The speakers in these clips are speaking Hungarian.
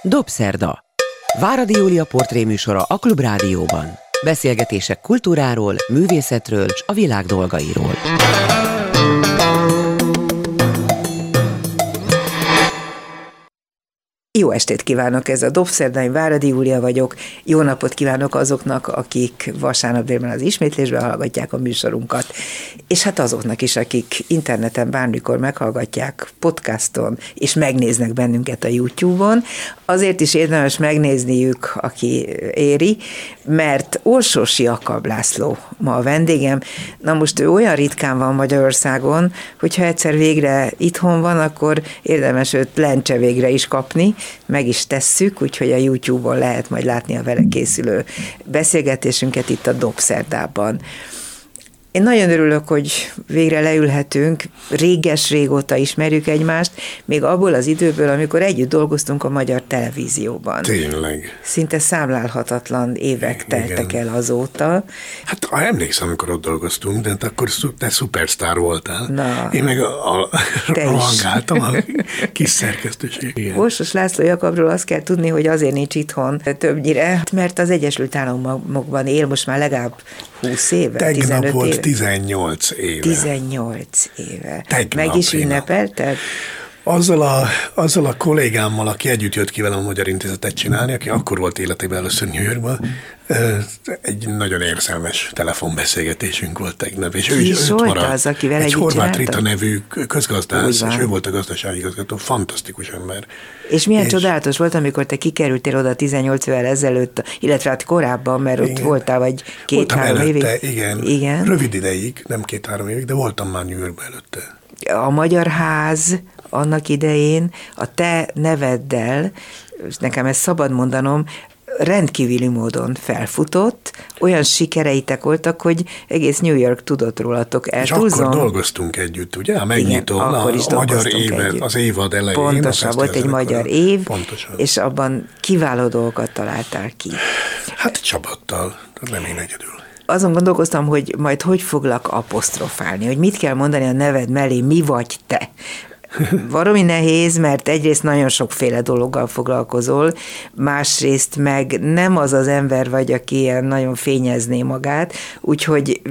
Dobszerda. Váradi Júlia portréműsora a Klubrádióban. Beszélgetések kultúráról, művészetről és a világ dolgairól. Jó estét kívánok, ez a Dobszerda, én Váradi Júlia vagyok. Jó napot kívánok azoknak, akik vasárnap délben az ismétlésben hallgatják a műsorunkat, és hát azoknak is, akik interneten bármikor meghallgatják podcaston, és megnéznek bennünket a YouTube-on. Azért is érdemes megnézniük, aki éri, mert Orsós Jakab László ma a vendégem. Na most ő olyan ritkán van Magyarországon, hogyha egyszer végre itthon van, akkor érdemes őt lencse végre is kapni, meg is tesszük, úgyhogy a YouTube-on lehet majd látni a vele készülő beszélgetésünket itt a Dobszerdában. Én nagyon örülök, hogy végre leülhetünk, régóta ismerjük egymást, még abból az időből, amikor együtt dolgoztunk a Magyar Televízióban. Tényleg. Szinte számlálhatatlan évek teltek el azóta. Hát emlékszem, amikor ott dolgoztunk, de akkor te szupersztár voltál. Na, én meg rohangáltam a kis szerkesztőség. Orsós László Jakabról azt kell tudni, hogy azért nincs itthon többnyire, mert az Egyesült Államokban él most már legalább 20 éve, Tegnap 15 volt éve. 18 éve. 18 éve. Tegnap, meg is ünnepelted? Azzal a kollégámmal, aki együtt jött ki velem a Magyar Intézetet csinálni, aki akkor volt életében először New Yorkban, egy nagyon érzelmes telefonbeszélgetésünk volt tegnap. És ő is volt az, akivel egy Horváth Rita csináltak? nevű közgazdász, és ő volt a gazdasági igazgató, fantasztikus ember. És milyen csodálatos volt, amikor te kikerültél oda 18 évvel ezelőtt, illetve hát korábban, mert ott voltál vagy 2-3 évig. Igen. Rövid ideig, nem 2-3 évig, de voltam már New Yorkban előtte. A Magyar Ház annak idején a te neveddel, és nekem ezt szabad mondanom, rendkívüli módon felfutott, olyan sikereitek voltak, hogy egész New York tudott rólatok. És akkor dolgoztunk együtt, ugye? A megnyitón, a magyar éven, az évad elején. Pontosan, volt egy magyar év, pontosan. És abban kiváló dolgokat találtál ki. Hát csapattal, nem én egyedül. Azon gondolkoztam, hogy majd hogy foglak apostrofálni, hogy mit kell mondani a neved mellé, mi vagy te. Valami nehéz, mert egyrészt nagyon sokféle dologgal foglalkozol, másrészt meg nem az az ember vagy, aki ilyen nagyon fényezné magát, úgyhogy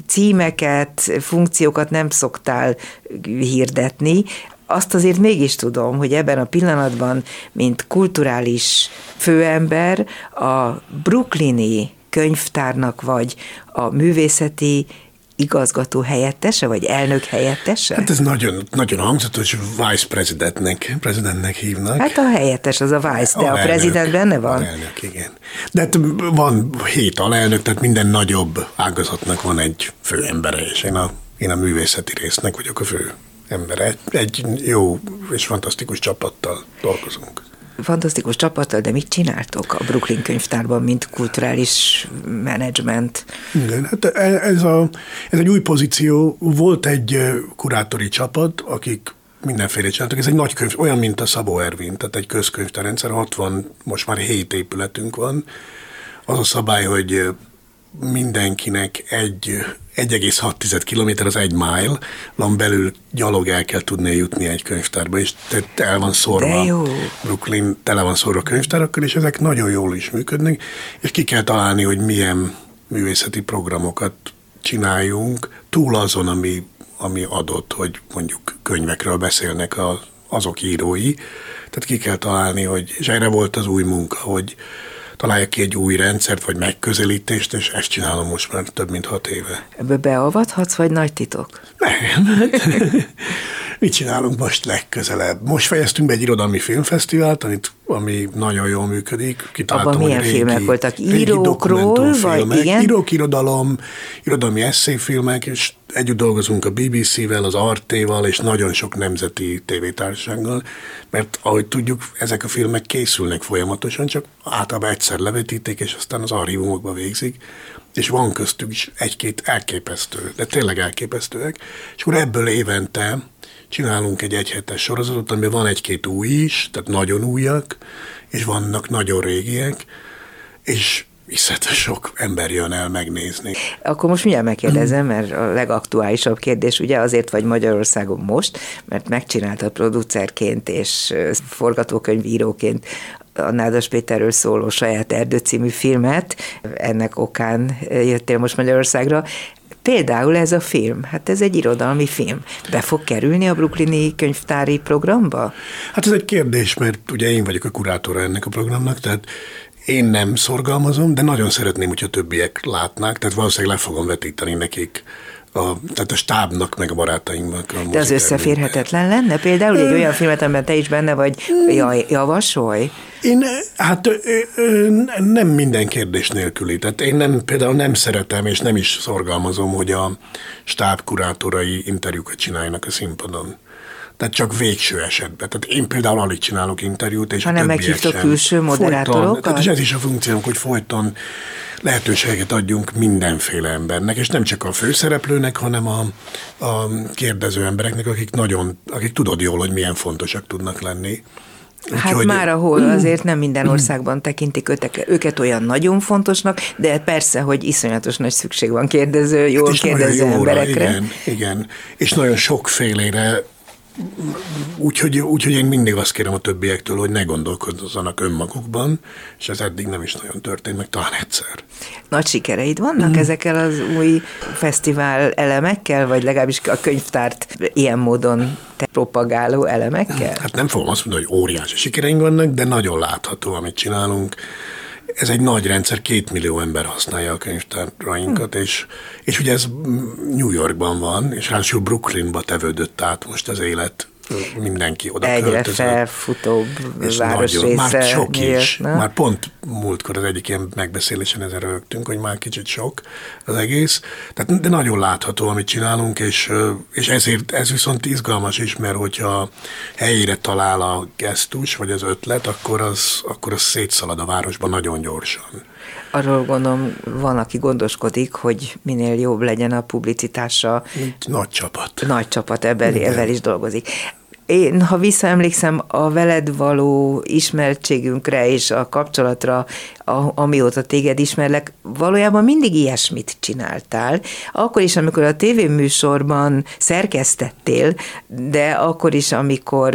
címeket, funkciókat nem szoktál hirdetni. Azt azért mégis tudom, hogy ebben a pillanatban, mint kulturális főember, a brooklyni könyvtárnak vagy a művészeti igazgató helyettese, vagy elnök helyettese? Hát ez nagyon, nagyon hangzatos, vice presidentnek hívnak. Hát a helyettes az a vice, de a prezident benne van? Az elnök, igen. De hát van 7 alelnök, tehát minden nagyobb ágazatnak van egy főembere, és én a művészeti résznek vagyok a fő embere. Egy jó és fantasztikus csapattal dolgozunk. Fantasztikus csapattal, de mit csináltok a Brooklyn könyvtárban, mint kulturális menedzsment? Igen, hát ez egy új pozíció. Volt egy kurátori csapat, akik mindenféle csináltak. Ez egy nagy könyv, olyan, mint a Szabó Ervin, tehát egy közkönyvtárrendszer, 60, most már 7 épületünk van. Az a szabály, hogy mindenkinek 1,6 kilométer, az 1 mile, van belül gyalog el kell tudni jutni egy könyvtárba, és el van szórva, Brooklyn tele van szórva könyvtárakkal, és ezek nagyon jól is működnek, és ki kell találni, hogy milyen művészeti programokat csináljunk, túl azon, ami adott, hogy mondjuk könyvekről beszélnek azok írói, tehát ki kell találni, és erre volt az új munka, hogy találják ki egy új rendszert, vagy megközelítést, és ezt csinálom most már több mint 6 éve. Ebbe beavathatsz, vagy nagy titok? Nem. Mit csinálunk most legközelebb? Most fejeztünk be egy irodalmi filmfesztivált, ami nagyon jól működik. Abban milyen filmek voltak? Írókról? Vagy igen? Írók, irodalmi esszéfilmek, és együtt dolgozunk a BBC-vel, az Arte-val, és nagyon sok nemzeti tévétársasággal, mert ahogy tudjuk, ezek a filmek készülnek folyamatosan, csak általában egyszer levetítik, és aztán az archívumokba végzik, és van köztük is 1-2 elképesztő, de tényleg elképesztőek, és akkor ebből évente csinálunk egy egyhetes sorozatot, amiben van 1-2 új is, tehát nagyon újak, és vannak nagyon régiek, és iszonyatosan sok ember jön el megnézni. Akkor most mindjárt megkérdezem, mert a legaktuálisabb kérdés, ugye azért vagy Magyarországon most, mert megcsináltad producerként és forgatókönyvíróként a Nádas Péterről szóló Saját Erdő című filmet, ennek okán jöttél most Magyarországra. Például ez a film, hát ez egy irodalmi film. Be fog kerülni a brooklyni könyvtári programba? Hát ez egy kérdés, mert ugye én vagyok a kurátora ennek a programnak, tehát én nem szorgalmazom, de nagyon szeretném, hogyha többiek látnák, tehát valószínűleg le fogom vetíteni nekik, tehát a stábnak, meg a barátainknak. De az összeférhetetlen lenne? Például egy olyan filmet, amiben te is benne vagy, javasolj? Nem minden kérdés nélküli. Tehát én például nem szeretem, és nem is szorgalmazom, hogy a stáb kurátorai interjúkat csináljanak a színpadon. Tehát csak végső esetben. Tehát én például alig csinálok interjút, és hanem meghívtok külső moderátorokat? Tehát ez is a funkciónk, hogy folyton lehetőséget adjunk mindenféle embernek, és nem csak a főszereplőnek, hanem a kérdező embereknek, akik tudod jól, hogy milyen fontosak tudnak lenni. Hát úgyhogy már ahol azért nem minden országban tekintik őket olyan nagyon fontosnak, de persze, hogy iszonyatos nagy szükség van jól kérdező emberekre. Igen, és nagyon sokfélére. Úgyhogy én mindig azt kérem a többiektől, hogy ne gondolkozzanak önmagukban, és ez eddig nem is nagyon történt, meg talán egyszer. Nagy sikereid vannak ezekkel az új fesztivál elemekkel, vagy legalábbis a könyvtárt ilyen módon propagáló elemekkel? Hát nem fogom azt mondani, hogy óriási sikereink vannak, de nagyon látható, amit csinálunk. Ez egy nagy rendszer, 2 millió ember használja a könyvtárainkat, és ugye ez New Yorkban van, és ráadásul Brooklynba tevődött át most az élet, mindenki oda költözött. Egyre felfutóbb városrésze. Már sok is. Már pont múltkor az egyik ilyen megbeszélésen ezen rögtünk, hogy már kicsit sok az egész. Tehát, de nagyon látható, amit csinálunk, és ezért ez viszont izgalmas is, mert hogyha helyére talál a gesztus, vagy az ötlet, akkor az szétszalad a városban nagyon gyorsan. Arról gondolom, van, aki gondoskodik, hogy minél jobb legyen a publicitása. Nagy csapat. Nagy csapat, ebben is dolgozik. Én, ha visszaemlékszem, a veled való ismertségünkre és a kapcsolatra, amióta téged ismerlek, valójában mindig ilyesmit csináltál. Akkor is, amikor a tévéműsorban szerkesztettél, de akkor is, amikor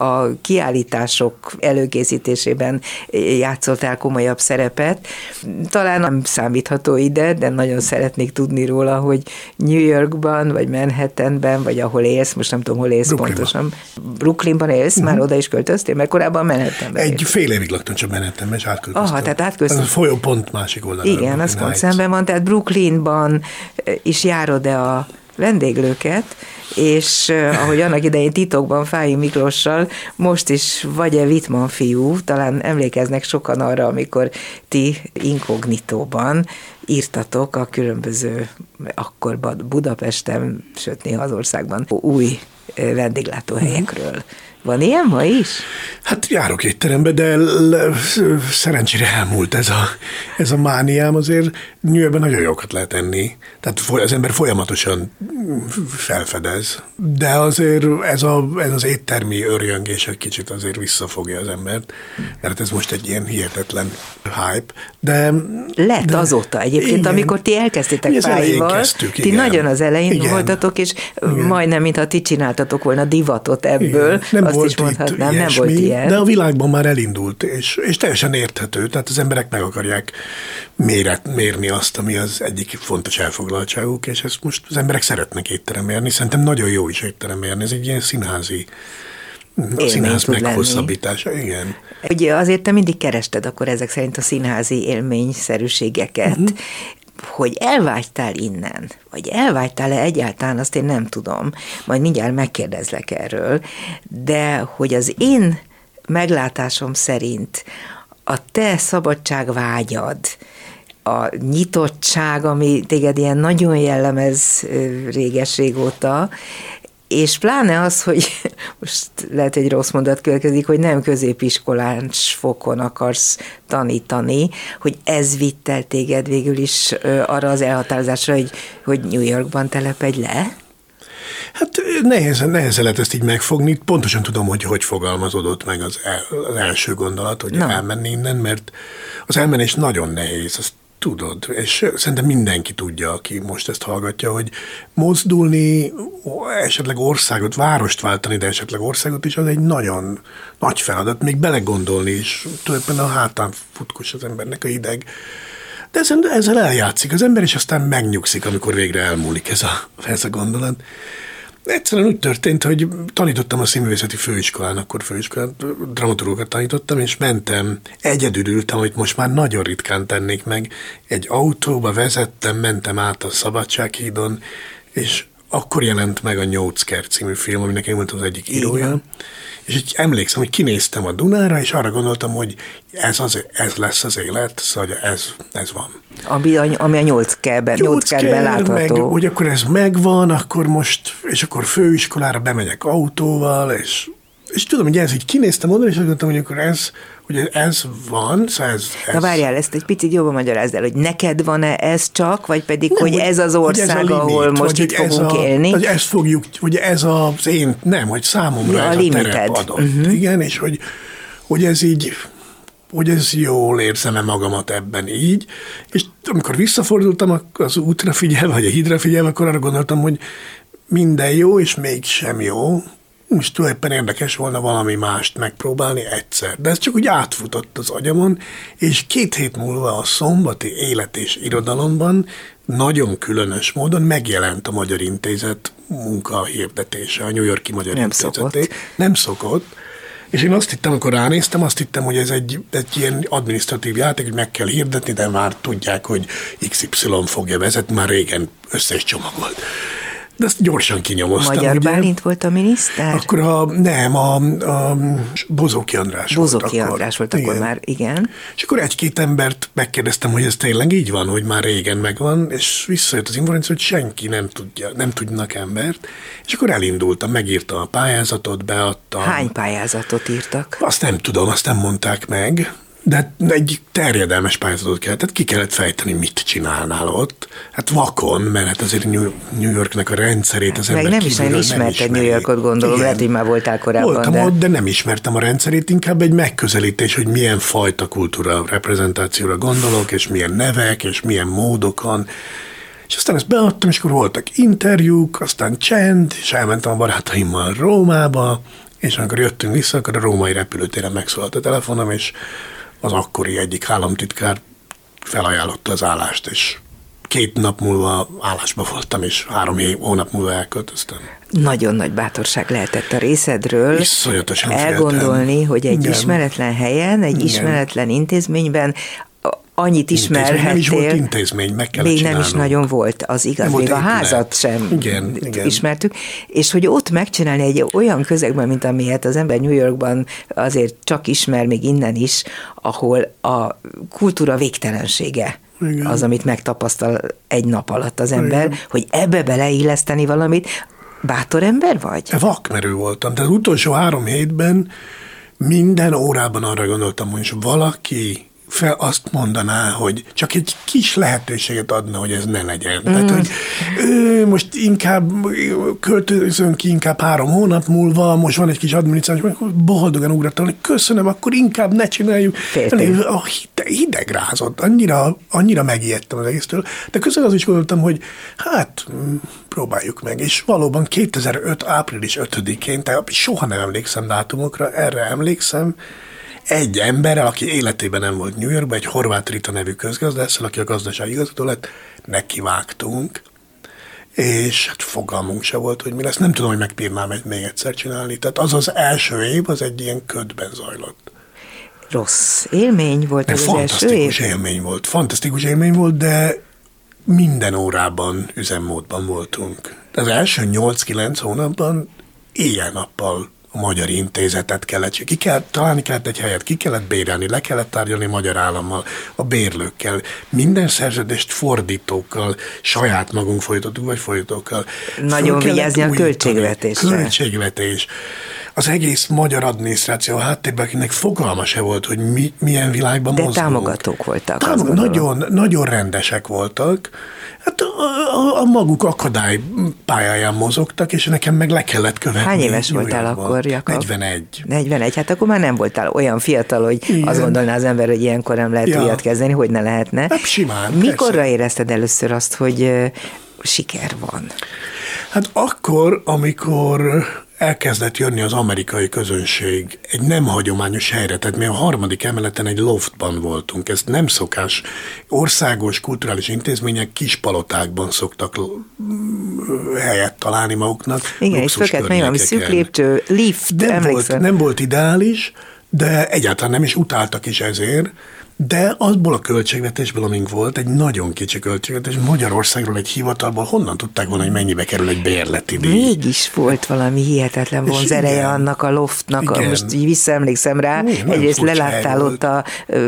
a kiállítások előkészítésében játszoltál komolyabb szerepet. Talán nem számítható ide, de nagyon szeretnék tudni róla, hogy New Yorkban, vagy Manhattanben, vagy ahol élsz, most nem tudom, hol élsz pontosan. Brooklynban élsz, már oda is költöztél, mert korábban Manhattanben élsz. Egy fél évig laktam csak Manhattanben, és átköltöztem. Aha, tehát átköltöztem. Ez a folyó pont másik oldalán. Igen, az pont szemben van, tehát Brooklynban is járod-e a vendéglőket, és ahogy annak idején titokban Fáy Miklóssal, most is vagy-e Wittmann fiú, talán emlékeznek sokan arra, amikor ti inkognitóban írtatok a különböző akkor Budapesten, sőt néha az országban új vendéglátóhelyekről. Van ilyen ma is? Hát járok étterembe, de szerencsére elmúlt ez a mániám, azért New Yorkban nagyon jókat lehet enni. Tehát az ember folyamatosan felfedez. De azért ez az éttermi örjöngés egy kicsit azért visszafogja az embert, mert ez most egy ilyen hihetetlen hype. Lett azóta egyébként, igen, amikor ti elkezdtétek Fáival, ti nagyon az elején voltatok, és majdnem, mintha ti csináltatok volna divatot ebből, nem azt volt is mondhatnám, ilyesmi, nem volt ilyen. De a világban már elindult, és teljesen érthető, tehát az emberek meg akarják mérni azt, ami az egyik fontos elfoglaltságuk, és ezt most az emberek szeretnek étterembe járni. Szerintem nagyon jó is étterembe járni, ez egy ilyen színházi színház meghosszabbítása, igen. Ugye azért te mindig kerested akkor ezek szerint a színházi élményszerűségeket, hogy elvágytál innen, vagy elvágytál-e egyáltalán, azt én nem tudom, majd mindjárt megkérdezlek erről, de hogy az én meglátásom szerint a te szabadságvágyad, a nyitottság, ami téged ilyen nagyon jellemez régóta, és pláne az, hogy most lehet, hogy rossz mondat következik, hogy nem középiskolás fokon akarsz tanítani, hogy ez vitt el téged végül is arra az elhatározásra, hogy New Yorkban telepedj le? Hát nehéz lehet ezt így megfogni. Pontosan tudom, hogy fogalmazódott meg az első gondolat, hogy elmenni innen, mert az elmenés nagyon nehéz. tudod, és szerintem mindenki tudja, aki most ezt hallgatja, hogy mozdulni, esetleg országot, várost váltani, de esetleg országot is, az egy nagyon nagy feladat, még belegondolni is, tulajdonképpen a hátán futkos az embernek a hideg. De ezzel eljátszik az ember, és aztán megnyugszik, amikor végre elmúlik ez a gondolat. Egyszerűen úgy történt, hogy tanítottam a Színművészeti Főiskolán, akkor főiskolán dramaturgokat tanítottam, és egyedül ültem, amit most már nagyon ritkán tennék meg. Egy autóba vezettem, mentem át a Szabadsághídon, és akkor jelent meg a Nyócker című film, aminek én voltam az egyik írója. És így emlékszem, hogy kinéztem a Dunára, és arra gondoltam, hogy ez lesz az élet, szóval ez van. Ami a Nyóckerben látható. Meg, hogy akkor ez megvan, akkor most, és akkor főiskolára bemegyek autóval, és tudom, hogy ez így kinéztem oda, és azt gondoltam, hogy akkor ez van, szóval ez... Na várjál, ezt egy picit jobban magyarázd el, hogy neked van-e ez csak, vagy pedig, nem, hogy ez az ország, ez limit, ahol most itt fogunk élni? Hogy ezt fogjuk, hogy ez az én, nem, hogy számomra ez a terep adott. Igen, és hogy ez így, hogy ez jól érzem-e magamat ebben így, és amikor visszafordultam az útra figyelve, vagy a hídra figyelve, akkor arra gondoltam, hogy minden jó, és mégsem jó. Most tulajdonképpen érdekes volna valami mást megpróbálni egyszer. De ez csak úgy átfutott az agyamon, és 2 hét múlva a Szombati Élet és Irodalomban nagyon különös módon megjelent a Magyar Intézet munkahirdetése, a New York-i Magyar Intézeté. Nem szokott. És én azt hittem, amikor ránéztem, hogy ez egy ilyen adminisztratív játék, hogy meg kell hirdetni, de már tudják, hogy XY fogja vezetni, már régen össze is csomagolt. De ezt gyorsan kinyomoztam. Magyar Bálint volt a miniszter? Akkor a Bozóki András volt akkor már, igen. És akkor 1-2 embert megkérdeztem, hogy ez tényleg így van, hogy már régen megvan, és visszajött az információ, hogy senki nem tudnak embert, és akkor elindultam, megírta a pályázatot, beadtam. Hány pályázatot írtak? Azt nem tudom, azt nem mondták meg, de egy terjedelmes pályázatot kellett, tehát ki kellett fejteni, mit csinálnál ott. Hát vakon, mert hát azért New Yorknak a rendszerét az ember meg nem is nagyon ismerted New Yorkot, gondolom, igen. Lehet, hogy már voltál korábban. Voltam ott, de nem ismertem a rendszerét, inkább egy megközelítés, hogy milyen fajta kultúra reprezentációra gondolok, és milyen nevek, és milyen módokon. És aztán ezt beadtam, és akkor voltak interjúk, aztán csend, és elmentem a barátaimmal Rómába, és amikor jöttünk vissza, akkor a római repülőtéren megszólalt a telefonom, és az akkori egyik államtitkár felajánlotta az állást, és 2 nap múlva állásba voltam, és 3 hónap múlva elköltöztem. Nagyon nagy bátorság lehetett a részedről elgondolni, féltem. Hogy egy ismeretlen helyen, egy ismeretlen intézményben annyit ismerhettél. Nem is volt intézmény, meg kellett csinálnunk. Nem is nagyon volt, az igaz, még a házat sem ismertük, és hogy ott megcsinálni egy olyan közegben, mint amilyet az ember New Yorkban azért csak ismer, még innen is, ahol a kultúra végtelensége az, amit megtapasztal egy nap alatt az ember, hogy ebbe beleilleszteni valamit. Bátor ember vagy? Vakmerő voltam, tehát az utolsó 3 hétben minden órában arra gondoltam, hogy valaki fel azt mondaná, hogy csak egy kis lehetőséget adna, hogy ez ne legyen. Tehát, hogy most inkább költözünk ki inkább 3 hónap múlva, most van egy kis adminisztráció, akkor boldogan ugrattam, hogy köszönöm, akkor inkább ne csináljuk. A hideg rázott, annyira megijedtem az egésztől, de közben az is gondoltam, hogy hát próbáljuk meg, és valóban 2005. április 5-én, tehát soha nem emlékszem dátumokra, erre emlékszem, egy emberrel, aki életében nem volt New Yorkban, egy Horváth Rita nevű közgazdásszal, aki a gazdasági igazgató lett, nekivágtunk, és hát fogalmunk se volt, hogy mi lesz. Nem tudom, hogy megbírnám még egyszer csinálni. Tehát az első év, az egy ilyen ködben zajlott. Rossz élmény volt az első év? Fantasztikus élmény volt, de minden órában üzemmódban voltunk. Az első 8-9 hónapban éjjel-nappal a Magyar Intézetet találni kellett egy helyet, ki kellett bérelni, le kellett tárgyalni a magyar állammal, a bérlőkkel, minden szerződést fordítókkal, saját magunk folytattuk, vagy fordítókkal. Nagyon vigyázni a költségvetésre. Költségvetés. az egész magyar adminisztráció háttérben, akinek fogalma se volt, hogy milyen világban de mozgunk. Támogatók voltak. Nagyon rendesek voltak. Hát a maguk akadály pályáján mozogtak, és nekem meg le kellett követni. Hány éves voltál akkor, Jakab? 41. 41, hát akkor már nem voltál olyan fiatal, hogy igen. Azt gondolná az ember, hogy ilyenkor nem lehet újat kezdeni, hogy ne lehetne. Hát simán. Mikorra persze. érezted először azt, hogy siker van? Hát akkor, amikor elkezdett jönni az amerikai közönség egy nem hagyományos helyre, tehát mi a 3. emeleten egy loftban voltunk, ez nem szokás. Országos kulturális intézmények kis palotákban szoktak helyet találni maguknak. Igen, és főket meg valami szűk lépcső, lift, nem volt ideális, de egyáltalán nem is utáltak is ezért, de azból a költségvetésből, amink volt, egy nagyon kicsi költségvetés, Magyarországról egy hivatalból, honnan tudták volna, hogy mennyibe kerül egy bérleti díj? Mégis volt valami hihetetlen vonzereje annak a loftnak, most így visszaemlékszem rá, egyrészt leláttál ott a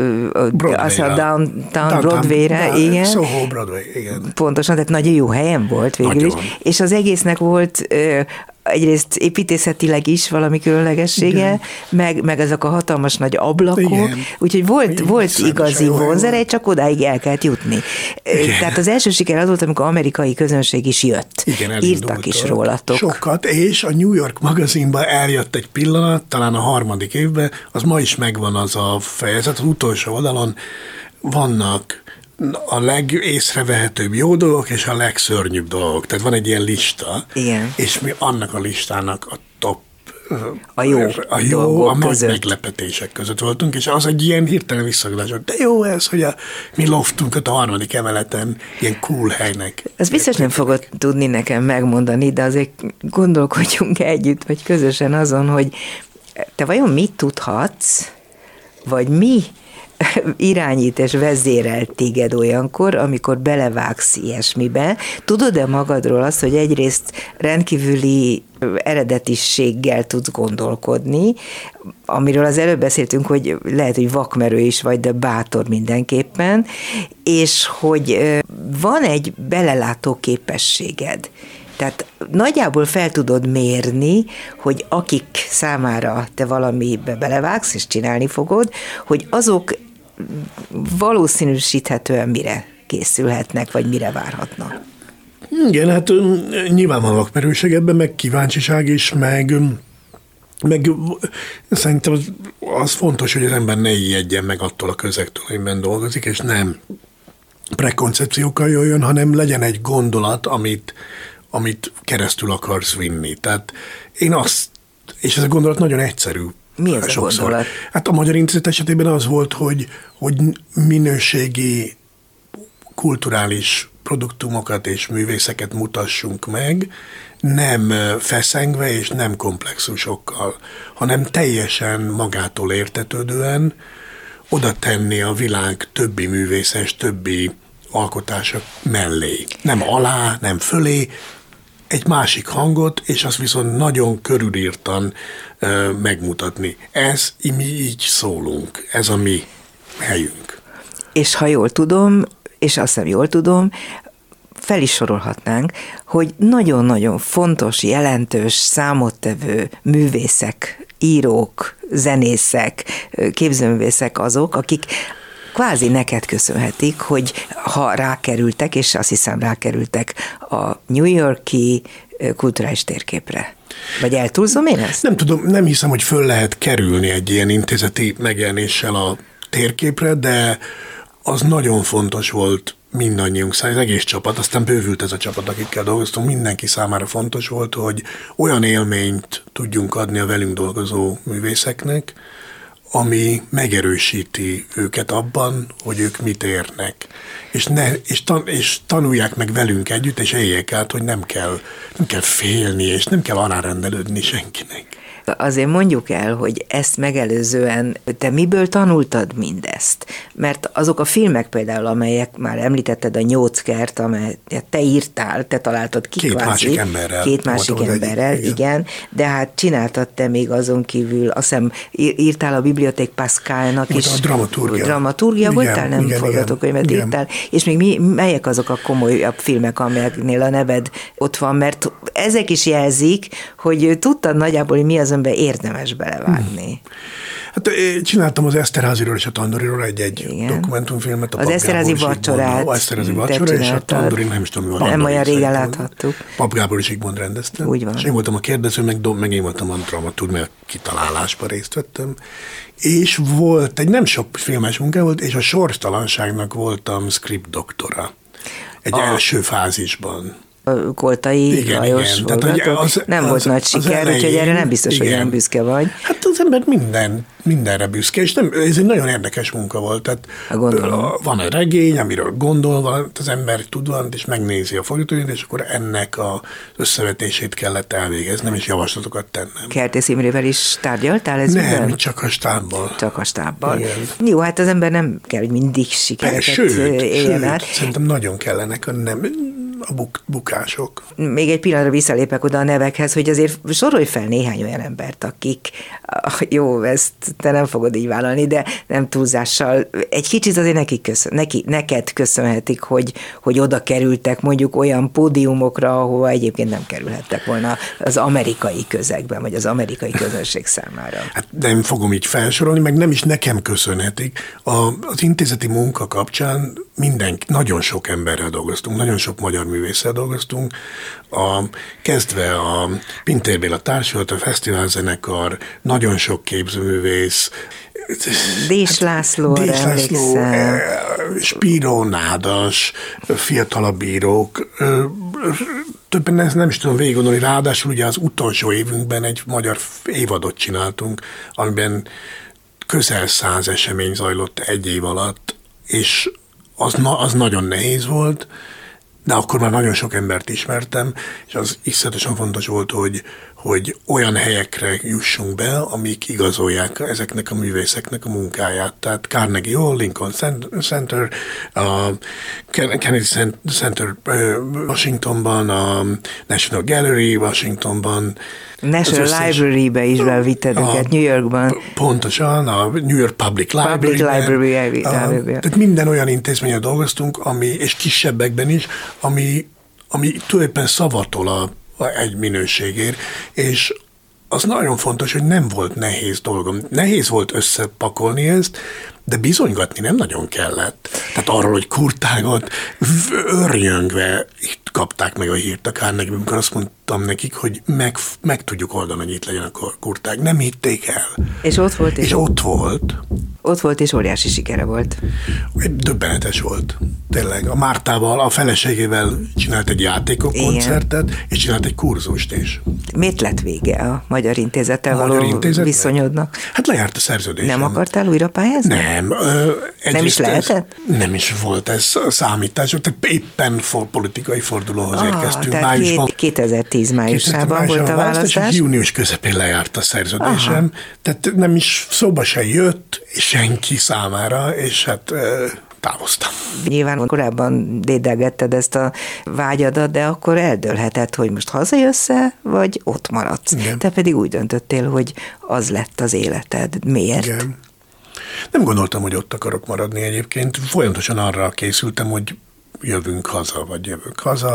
Downtown Broadway-re, igen. Soho Broadway, igen. Pontosan, tehát nagyon jó helyen volt végül is, és az egésznek volt egyrészt építészetileg is valami különlegessége, meg ezek a hatalmas nagy ablakok, úgyhogy volt igazi vonzerej, csak odáig el kellett jutni. Igen. Tehát az első siker az volt, amikor amerikai közönség is jött. Igen, írtak is rólatok. Sokat, és a New York magazinban eljött egy pillanat, talán a 3. évben, az ma is megvan az a fejezet, az utolsó oldalon vannak a legészrevehetőbb jó dolgok, és a legszörnyűbb dolgok. Tehát van egy ilyen lista, igen. És mi annak a listának a top, a jó a nagy meglepetések között voltunk, és az egy ilyen hirtelen visszagadás, de jó ez, hogy a mi loftunkat a 3. emeleten ilyen cool helynek. Ez biztos nem fogod tudni nekem megmondani, de azért gondolkodjunk együtt, vagy közösen azon, hogy te vajon mit tudhatsz, vagy mi irányít és vezérel téged olyankor, amikor belevágsz ilyesmibe. Tudod-e magadról azt, hogy egyrészt rendkívüli eredetisséggel tudsz gondolkodni, amiről az előbb beszéltünk, hogy lehet, hogy vakmerő is vagy, de bátor mindenképpen, és hogy van egy belelátó képességed. Tehát nagyjából fel tudod mérni, hogy akik számára te valamibe belevágsz, és csinálni fogod, hogy azok valószínűsíthetően mire készülhetnek, vagy mire várhatnak. Igen, hát nyilván van vakmerőség ebben, meg kíváncsiság is, meg szerintem az fontos, hogy az ember ne ijedjen meg attól a közegtől, amiben dolgozik, és nem prekoncepciókkal jöjjön, hanem legyen egy gondolat, amit keresztül akarsz vinni. Tehát én és ez a gondolat nagyon egyszerű. Mi ez sokszor. A gondolat? Hát a Magyar Intézet esetében az volt, hogy minőségi kulturális produktumokat és művészeket mutassunk meg, nem feszengve és nem komplexusokkal, hanem teljesen magától értetődően oda tenni a világ többi művészes, többi alkotása mellé. Nem alá, nem fölé, egy másik hangot, és azt viszont nagyon körülírtan megmutatni. Mi így szólunk, ez a mi helyünk. És ha jól tudom, és azt hiszem jól tudom, fel is sorolhatnánk, hogy nagyon-nagyon fontos, jelentős, számottevő művészek, írók, zenészek, képzőművészek azok, akik kvázi neked köszönhetik, hogy ha rákerültek, és azt hiszem rákerültek a New York-i kulturális térképre. Vagy eltúlzom én ezt? Nem tudom, nem hiszem, hogy föl lehet kerülni egy ilyen intézeti megjelenéssel a térképre, de az nagyon fontos volt mindannyiunk számára, az egész csapat, aztán bővült ez a csapat, akikkel dolgoztunk, mindenki számára fontos volt, hogy olyan élményt tudjunk adni a velünk dolgozó művészeknek, ami megerősíti őket abban, hogy ők mit érnek. És tanulják meg velünk együtt, és éljék át, hogy nem kell félni, és nem kell alárendelődni senkinek. Azért mondjuk el, hogy ezt megelőzően te miből tanultad mindezt? Mert azok a filmek például, amelyek már említetted, a Nyóckert, amelyet te írtál, te találtad ki Két másik emberrel, igen, de hát csináltad te még azon kívül, azt hiszem írtál a Bibliothèque Pascalnak is. A dramaturgia voltál, nem forgatókönyvet írtál, és még melyek azok a komolyabb filmek, amelyeknél a neved ott van, mert ezek is jelzik, hogy tudtad nagyjából, hogy mi az, ember érdemes belevágni. Hát csináltam az Eszterháziról és a Tandoriról egy dokumentumfilmet. Az Eszterházi vacsorát. Az Eszterházi vacsora, és a Tandori nem is tudom, mi van. Nem olyan régen láthattuk. Pap Gábor és Zsigmond rendezte. Úgy van. És én voltam a kérdező, meg én voltam a dramaturg, mert kitalálásban részt vettem. És volt egy nem sok filmes munka volt, és a Sorstalanságnak voltam script doktora. Egy első fázisban. Koltai Lajos volt. Nem volt nagy siker, úgyhogy erre nem biztos, hogy olyan büszke vagy. Hát az ember mindenre büszke, és ez egy nagyon érdekes munka volt. Tehát van egy regény, amiről gondol, az ember tud valamit, és megnézi a fordítóit, és akkor ennek az összevetését kellett elvégeznem, és javaslatokat tennem. Kertész Imrével is tárgyaltál ez? Nem, minden? Csak a stábbal. Csak a stábbal. Igen. Jó, hát az ember nem kell, hogy mindig sikereket éljen át. Szerintem nagyon kellenek a bukások. Még egy pillanatra visszalépek oda a nevekhez, hogy azért sorolj fel néhány olyan embert, akik, jó, ezt te nem fogod így vállalni, de nem túlzással, egy kicsit azért neked köszönhetik, hogy oda kerültek mondjuk olyan pódiumokra, ahova egyébként nem kerülhettek volna az amerikai közegben, vagy az amerikai közönség számára. Hát nem fogom így felsorolni, meg nem is nekem köszönhetik. Az intézeti munka kapcsán nagyon sok emberrel dolgoztunk, nagyon sok magyar művésszel dolgoztunk, kezdve a Pintér Béla Társulat, a Fesztiválzenekar, nagyon sok képzőművész, Dés László, Spíró Nádas, fiatalabb bírók, többen ezt nem is tudom végig gondolni, ráadásul ugye az utolsó évünkben egy magyar évadot csináltunk, amiben közel 100 esemény zajlott egy év alatt, és az nagyon nehéz volt, de akkor már nagyon sok embert ismertem, és az iszonyatosan fontos volt, hogy olyan helyekre jussunk be, amik igazolják ezeknek a művészeknek a munkáját. Tehát Carnegie Hall, Lincoln Center, a Kennedy Center Washingtonban, a National Gallery Washingtonban, National Library-be is bevitted őket, New Yorkban. Pontosan, a New York Public Library. Tehát minden olyan intézményen dolgoztunk, és kisebbekben is, ami tulajdonképpen szavatol egy minőségért, és az nagyon fontos, hogy nem volt nehéz dolgom. Nehéz volt összepakolni ezt, de bizonygatni nem nagyon kellett. Tehát arról, hogy kurtágot örjöngve kapták meg a hírt a Carnegie, amikor azt mondtam nekik, hogy meg tudjuk oldani, hogy itt legyen a kurtág. Nem hitték el. És ott volt. És ott volt. Ott volt, és óriási sikere volt. Döbbenetes volt. Tényleg. A Mártával, a feleségével csinált egy játékkoncertet, és csinált egy kurzust is. Miért lett vége a Magyar Intézettel való viszonyodnak? Hát lejárt a szerződésem. Nem akartál újra pályázni? Nem. Nem is lehetett? Nem is volt ez a számítás. Tehát éppen politikai fordulóhoz érkeztünk. Tehát 2010 májusában volt a választás. És június közepén lejárt a szerződésem. Aha. Tehát nem is szóba se jött senki számára, és hát távoztam. Nyilván korábban dédelgetted ezt a vágyadat, de akkor eldőlhetett, hogy most hazajössz-e, vagy ott maradsz. Igen. Te pedig úgy döntöttél, hogy az lett az életed. Miért? Igen. Nem gondoltam, hogy ott akarok maradni egyébként. Folyamatosan arra készültem, hogy jövünk haza.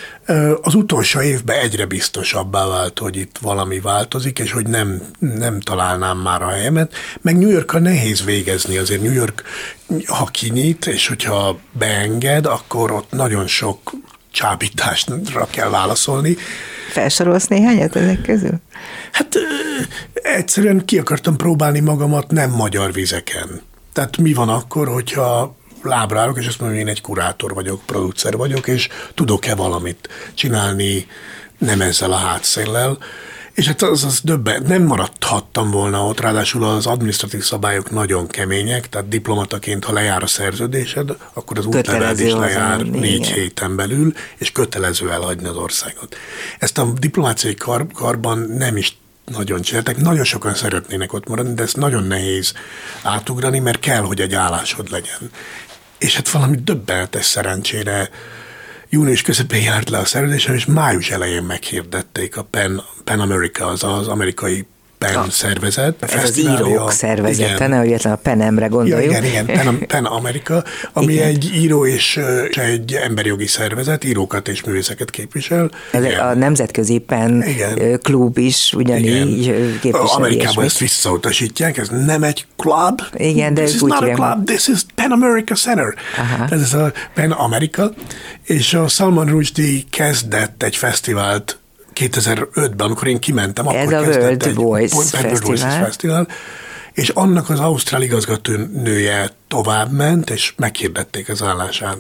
Az utolsó évben egyre biztosabbá vált, hogy itt valami változik, és hogy nem találnám már a helyemet. Meg New Yorkkal nehéz végezni, azért New York, ha kinyit, és hogyha beenged, akkor ott nagyon sok csábításra kell válaszolni. Felsorolsz néhányat ezek közül? Hát egyszerűen ki akartam próbálni magamat nem magyar vizeken. Tehát mi van akkor, hogyha lábra állok, és azt mondom, hogy én egy kurátor vagyok, producer vagyok, és tudok-e valamit csinálni nem ezzel a hátszéllel. És hát az nem maradhattam volna ott, ráadásul az adminisztratív szabályok nagyon kemények, tehát diplomataként, ha lejár a szerződésed, akkor az útleveld is lejár 4 héten belül, és kötelező elhagyni az országot. Ezt a diplomáciai karban nem is nagyon csináltak, nagyon sokan szeretnének ott maradni, de ez nagyon nehéz átugrani, mert kell, hogy egy állásod legyen. És hát valami döbbenetes szerencsére június közepén járt le a szerződésem, és május elején meghirdették a Pan America, az amerikai PEN szervezet. Ez az írók szervezete, ne véletlenül a PEN-emre gondoljuk. Ja, igen, PEN Amerika, ami igen. egy író és egy emberjogi szervezet, írókat és művészeket képvisel. Ez a nemzetközi PEN klub is ugyanígy képvisel. Amerikában ezt visszautasítják, ez nem egy klub. Igen, de this is not a club, this is PEN America Center. Ez a PEN Amerika, és a Salman Rushdie kezdett egy fesztivált 2005-ben, amikor én kimentem, ez akkor kezdett egy World Fesztivál, és annak az ausztrál igazgatónője továbbment, és meghirdették az állását.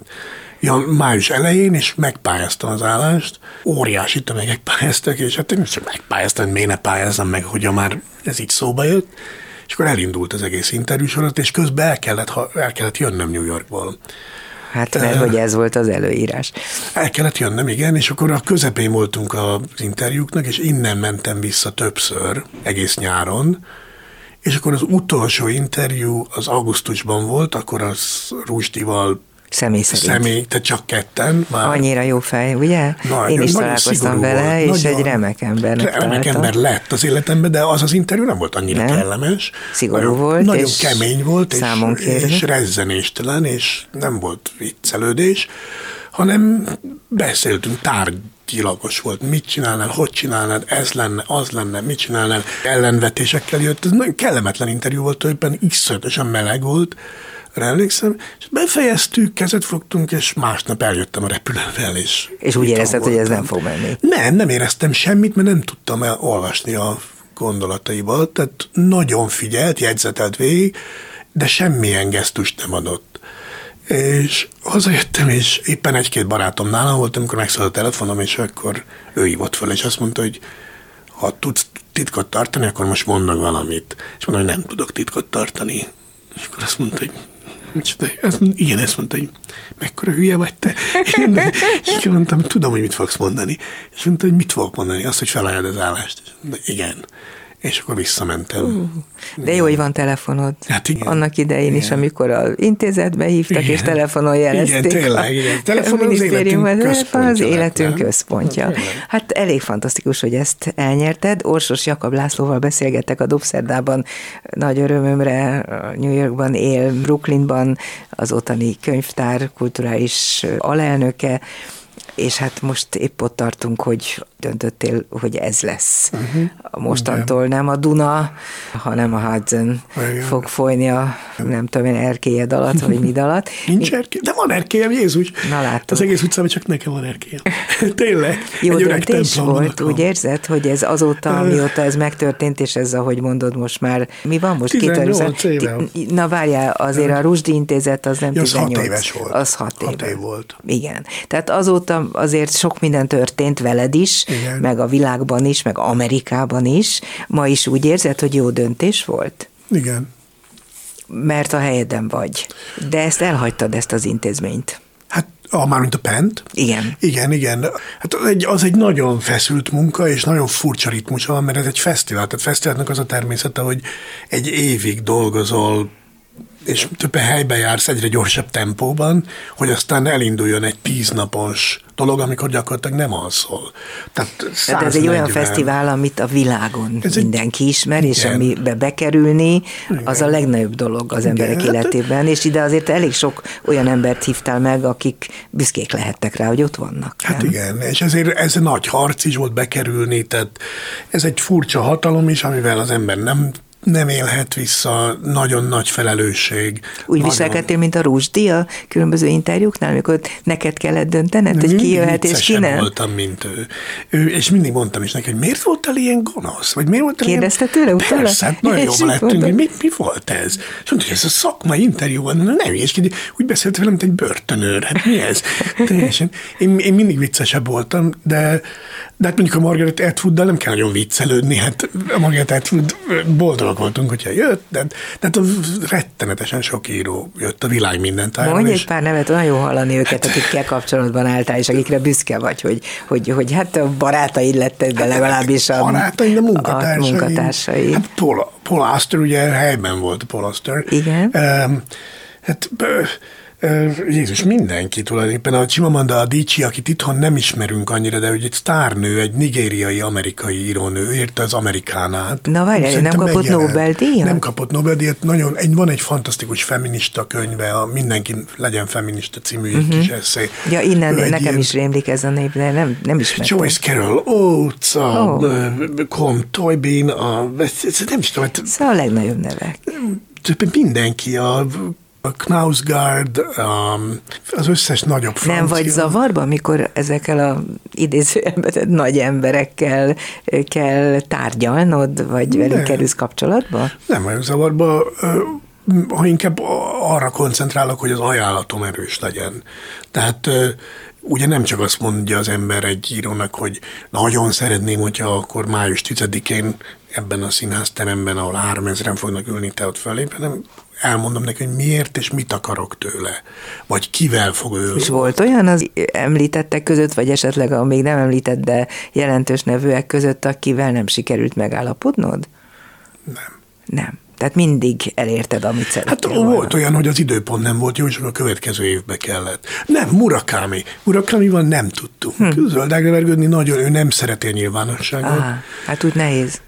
Május elején, és megpályáztam az állást. Óriási tömegek pályáztak, és hát én csak megpályáztam, hogy miért ne pályázzam meg, hogyha már ez így szóba jött. És akkor elindult az egész interjúsorat, és közben el kellett jönnöm New Yorkból. Hát mert hogy ez volt az előírás. El kellett jönnöm, igen, és akkor a közepén voltunk az interjúknak, és innen mentem vissza többször, egész nyáron, és akkor az utolsó interjú az augusztusban volt, akkor az Rushdie-val Személy szerint. Tehát csak ketten. Már. Annyira jó fej, ugye? Én is találkoztam vele, és egy remek embernek Remek ember lett az életemben, de az interjú nem volt annyira kellemes. Szigorú volt. Nagyon kemény volt, és rezzenéstelen, és nem volt viccelődés, hanem beszéltünk, tárgyilagos volt. Mit csinálnál, hogy csinálnád, ez lenne, az lenne, mit csinálnál, ellenvetésekkel jött. Ez nagyon kellemetlen interjú volt, éppen iszonyatosan meleg volt, emlékszem, és befejeztük, kezet fogtunk, és másnap eljöttem a repülővel, és úgy érezted, hogy ez nem fog menni? Nem éreztem semmit, mert nem tudtam olvasni a gondolataiba, tehát nagyon figyelt, jegyzetelt végig, de semmilyen gesztust nem adott. És hazajöttem, és éppen egy-két barátom nálam volt, amikor megszólalt a telefonom, és akkor ő hívott fel, és azt mondta, hogy ha tudsz titkot tartani, akkor most mondd meg valamit. És mondom, hogy nem tudok titkot tartani. És akkor azt mondta, hogy igen, ezt mondta, hogy mekkora hülye vagy te. És mondtam, tudom, hogy mit fogsz mondani. És mondta, hogy mit fogok mondani? Azt, hogy felajánlod az állást. De igen. És akkor visszamentem. De jó, hogy van telefonod. Hát igen. Annak idején is, amikor az intézetbe hívtak, és telefonon jelezték. Igen, tényleg, igen. Telefon az életünk központja. Hát elég fantasztikus, hogy ezt elnyerted. Orsos Jakab Lászlóval beszélgettek a Dobszerdában, nagy örömömre, New Yorkban él, Brooklynban, az ottani könyvtár kulturális alelnöke, és hát most épp ott tartunk, hogy döntöttél, hogy ez lesz. Mostantól nem a Duna, hanem a Hudson fog folyni a, nem tudom én, erkélyed alatt, vagy mid alatt. Nincs erkély, de van erkélyem, Jézus. Na láttuk. Az egész utcában csak nekem van erkélyem. Tényleg. Jó döntés volt, úgy érzed, hogy ez azóta, amióta ez megtörtént, és ez, ahogy mondod, most már, mi van most? 18 éve. Na várjál, azért a Rushdie intézet az nem 18. Az 6 éves volt. Az 6 év volt. Igen. Tehát azóta azért sok minden történt veled is, igen, meg a világban is, meg Amerikában is. Ma is úgy érzed, hogy jó döntés volt? Igen. Mert a helyeden vagy. De ezt elhagytad, ezt az intézményt. Hát, mármint a PEN-t? Igen. Igen. Hát az egy nagyon feszült munka, és nagyon furcsa ritmus van, mert ez egy fesztivál. Tehát fesztiválnak az a természete, hogy egy évig dolgozol, és több helybe jársz egyre gyorsabb tempóban, hogy aztán elinduljon egy 10 napos dolog, amikor gyakorlatilag nem alszol. Tehát ez egy olyan fesztivál, amit a világon mindenki ismer, és amibe bekerülni, az a legnagyobb dolog az emberek életében, és ide azért elég sok olyan embert hívtál meg, akik büszkék lehettek rá, hogy ott vannak. Hát nem? Igen, és ezért ez nagy harc is volt bekerülni, tehát ez egy furcsa hatalom is, amivel az ember nem élhet vissza, nagyon nagy felelősség. Úgy viselkedtél, mint a Rushdie a különböző interjúknál, amikor neked kellett döntened, hogy ki jöhet és ki nem? Voltam, mint ő. És mindig mondtam is neki, hogy miért voltál ilyen gonosz? Vagy miért voltál kérdezte tőle utána? Persze, hát nagyon jól lettünk, hogy mi volt ez? És mondta, hogy ez a szakmai interjú van, nem ügyeskedj, úgy beszélt velem, mint egy börtönőr. Hát mi ez? Teljesen. Én mindig viccesebb voltam, de hát mondjuk a Margaret Atwooddal nem kell nagyon viccelődni, hát a Margaret Atwood boldogak voltunk, hogyha jött, de hát rettenetesen sok író jött a világ minden táján. Mondj egy pár nevet, olyan jó hallani őket, akikkel kapcsolatban álltál, és akikre büszke vagy, hogy hát a barátaid lettek, de legalábbis a munkatársai. Hát Paul Auster ugye helyben volt, Paul Auster. Igen. Hát Jézus, mindenki tulajdonképpen. A Chimamanda Adichie, akit itthon nem ismerünk annyira, de hogy egy sztárnő, egy nigériai, amerikai írónő, írta az Amerikánát. Na várjál, nem kapott Nobel-díjat? Nem kapott Nobel-díjat. Van egy fantasztikus feminista könyve, a Mindenki legyen feminista című kis esszé. Ja, innen nekem is rémlik ez a név, de nem ismertem. Joyce Carol Oates, Colm Toybin, nem is tudom. Szóval a legnagyobb nevek. Mindenki, a Knausgaard, az összes nagyobb francia. Nem vagy zavarba, mikor ezekkel a idézőjelben nagy emberekkel kell tárgyalnod, vagy velük kerülsz kapcsolatba? Nem vagyok zavarba, ha inkább arra koncentrálok, hogy az ajánlatom erős legyen. Tehát ugye nem csak azt mondja az ember egy írónak, hogy nagyon szeretném, hogyha akkor május 10-én ebben a színházteremben, ahol 3000-en fognak ülni, te ott fölép, hanem elmondom neki, hogy miért és mit akarok tőle, vagy kivel fog ő. És volt olyan az említettek között, vagy esetleg a még nem említett, de jelentős nevűek között, akivel nem sikerült megállapodnod? Nem. Tehát mindig elérted, amit szerettél volna. Volt olyan, hogy az időpont nem volt jó, és a következő évbe kellett. Nem, Murakamival nem tudtunk. Zöldágra vergődni nagyon, ő nem szereti a nyilvánosságot. Hát úgy nehéz.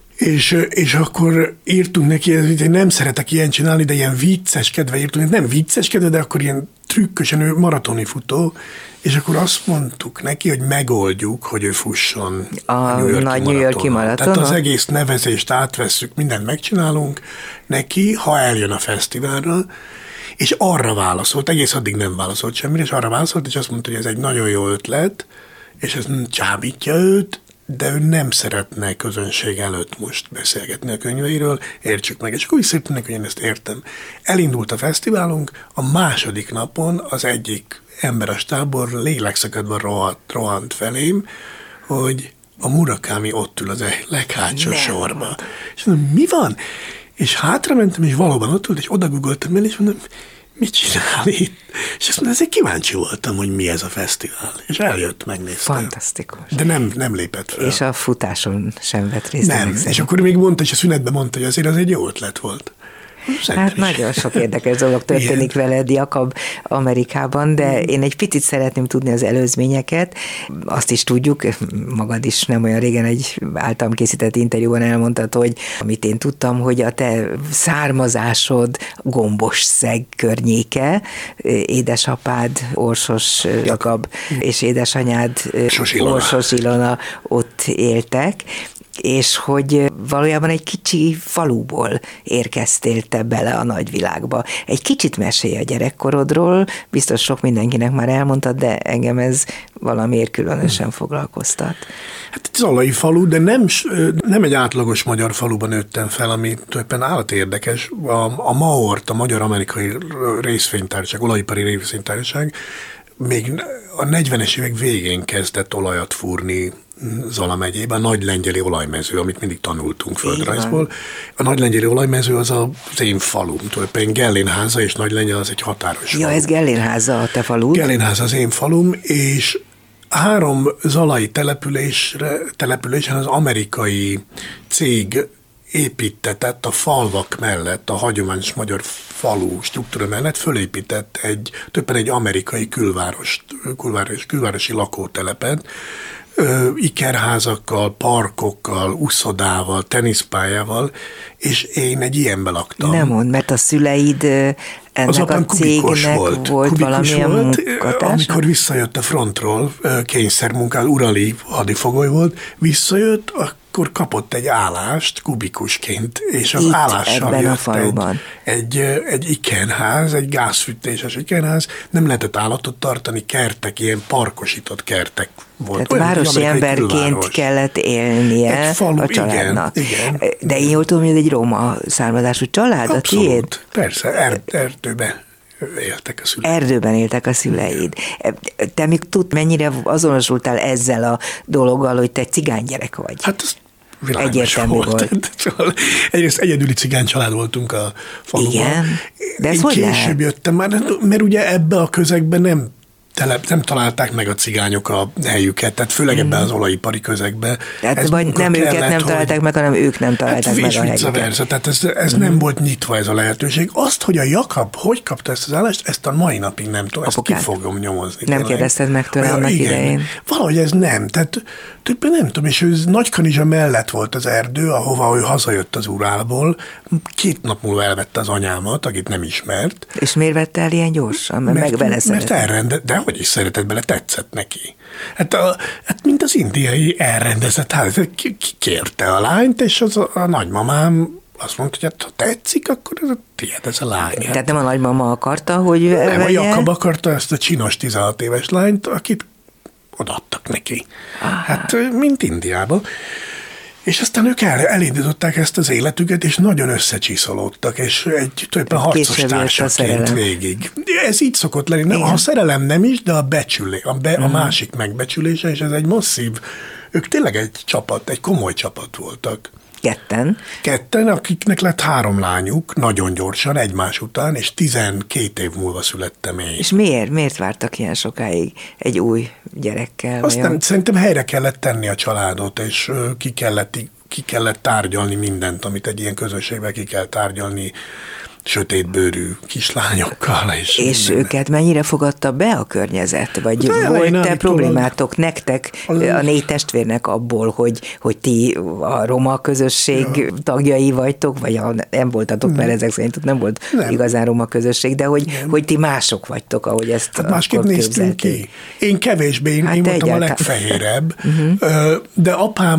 És akkor írtunk neki, hogy nem szeretek ilyen csinálni, de ilyen vicceskedve írtunk. Nem vicceskedve, de akkor ilyen trükkösen, ő maratoni futó, és akkor azt mondtuk neki, hogy megoldjuk, hogy ő fusson a New York-i maratonon. Tehát az egész nevezést átvesszük, mindent megcsinálunk neki, ha eljön a fesztiválra, és arra válaszolt, egész addig nem válaszolt semmire, és arra válaszolt, és azt mondta, hogy ez egy nagyon jó ötlet, és ez csábítja őt, de ő nem szeretne közönség előtt most beszélgetni a könyveiről, értsük meg. És akkor visszajöttünk neki, hogy én ezt értem. Elindult a fesztiválunk, a második napon az egyik ember a stábor lélekszakadva rohant felém, hogy a Murakami ott ül az leghátsó sorba. És mondom, mi van? És hátra mentem, és valóban ott ült, és odagugoltam el, és mondom, mit csinál itt? És azt mondom, ezért kíváncsi voltam, hogy mi ez a fesztivál. És eljött, megnézte. Fantasztikus. De nem lépett fel. És a futáson sem vett részt. Nem, és akkor még mondta, és a szünetben mondta, hogy azért az egy jó ötlet volt. Hát nagyon sok érdekes dolog történik veled, Jakab, Amerikában, de én egy picit szeretném tudni az előzményeket. Azt is tudjuk, magad is nem olyan régen egy általam készített interjúban elmondtad, hogy amit én tudtam, hogy a te származásod Gombosszeg környéke, édesapád Orsos Jakab és édesanyád Orsos Ilona ott éltek, és hogy valójában egy kicsi faluból érkeztél te bele a nagyvilágba. Egy kicsit mesélj a gyerekkorodról, biztos sok mindenkinek már elmondtad, de engem ez valamiért különösen foglalkoztat. Hát egy zalai falu, de nem egy átlagos magyar faluban nőttem fel, ami tulajdonképpen állatérdekes. A MAORT, a Magyar-Amerikai Részvénytársaság, Olajipari Részvénytársaság még a 40-es évek végén kezdett olajat fúrni Zala megyében, a Nagylengyeli olajmező, amit mindig tanultunk földrajzból. A Nagylengyeli olajmező az az én falum. Tulajdonképpen Gellénháza és Nagylengyel az egy határos falu. Ja, ez Gellénháza a te falud? Gellénháza az én falum, és 3 zalai településen az amerikai cég építetett a falvak mellett, a hagyományos magyar falu struktúra mellett fölépített többen egy amerikai külvárosi lakótelepet, ikerházakkal, parkokkal, uszodával, teniszpályával, és én egy ilyenbe laktam. Nem mondd, mert a szüleid ennek a cégnek volt valamilyen munkatársa? Amikor visszajött a frontról, kényszermunkál, urali hadifogoly volt, visszajött, akkor kapott egy állást kubikusként, és az itt, állással ebben jött a faluban. egy ikerház, egy gázfűtéses ikerház, nem lehetett állatot tartani, kertek, ilyen parkosított kertek volt. Tehát városi emberként kellett élnie a családnak. Igen. De én jól tudom, hogy ez egy roma származású család, abszolút, a tiéd? Persze, erdőben éltek a szüleid. Erdőben éltek a szüleid. Te még mennyire azonosultál ezzel a dologgal, hogy te egy cigány-gyerek vagy? Hát ez egyértelmű volt. Egyrészt egyedüli cigány család voltunk a faluban. Igen? De ez én hogy később jöttem már, mert ugye ebbe a közegben nem nem találták meg a cigányok a helyüket, tehát főleg ebben az olajipari közegben. Tehát vagy nem őket nem találták meg, hanem ők nem találták meg a helyüket. Tehát ez nem volt nyitva ez a lehetőség. Azt, hogy a Jakab hogy kapta ezt az állást, ezt a mai napig nem tudom, ezt ki fogom nyomozni. Nem kérdezted meg tőle annak idején? Valahogy ez nem. Tehát többen nem tudom, és ő Nagykanizsa mellett volt az erdő, ahova ő hazajött az Urálból, 2 nap múlva elvette az anyámat, akit nem ismert. És miért vette el ilyen gyorsan? Mert elrendett, de hogy is szeretett bele, tetszett neki. Hát mint az indiai elrendezett ház, ki kérte a lányt, és a nagymamám azt mondta, hogy hát, ha tetszik, akkor ez a tiéd, ez a lány. Tehát nem a nagymama akarta, hogy nem, a Jakab akarta ezt a csinos 16 éves lányt, akit odaadtak neki. Hát, mint Indiában. És aztán ők elindították ezt az életüket, és nagyon összecsiszolódtak, és egy tulajdonképpen harcos társaként végig. Ez így szokott lenni. Ha szerelem nem is, de a becsülés, a másik megbecsülése, és ez egy masszív, ők tényleg egy csapat, egy komoly csapat voltak. Ketten, akiknek lett 3 lányuk, nagyon gyorsan, egymás után, és 12 év múlva születtem én. És miért vártak ilyen sokáig egy új gyerekkel? Aztán szerintem helyre kellett tenni a családot, és ki kellett tárgyalni mindent, amit egy ilyen közösségben ki kell tárgyalni, sötétbőrű kislányokkal. És őket mennyire fogadta be a környezet? Vagy volt-e problémátok nektek, a 4 testvérnek abból, hogy ti a roma közösség tagjai vagytok, vagy nem voltatok, mert ezek szerint nem volt igazán roma közösség, de hogy ti mások vagytok, ahogy ezt hát másképp néztünk ki. Én kevésbé, én voltam a legfehérebb, de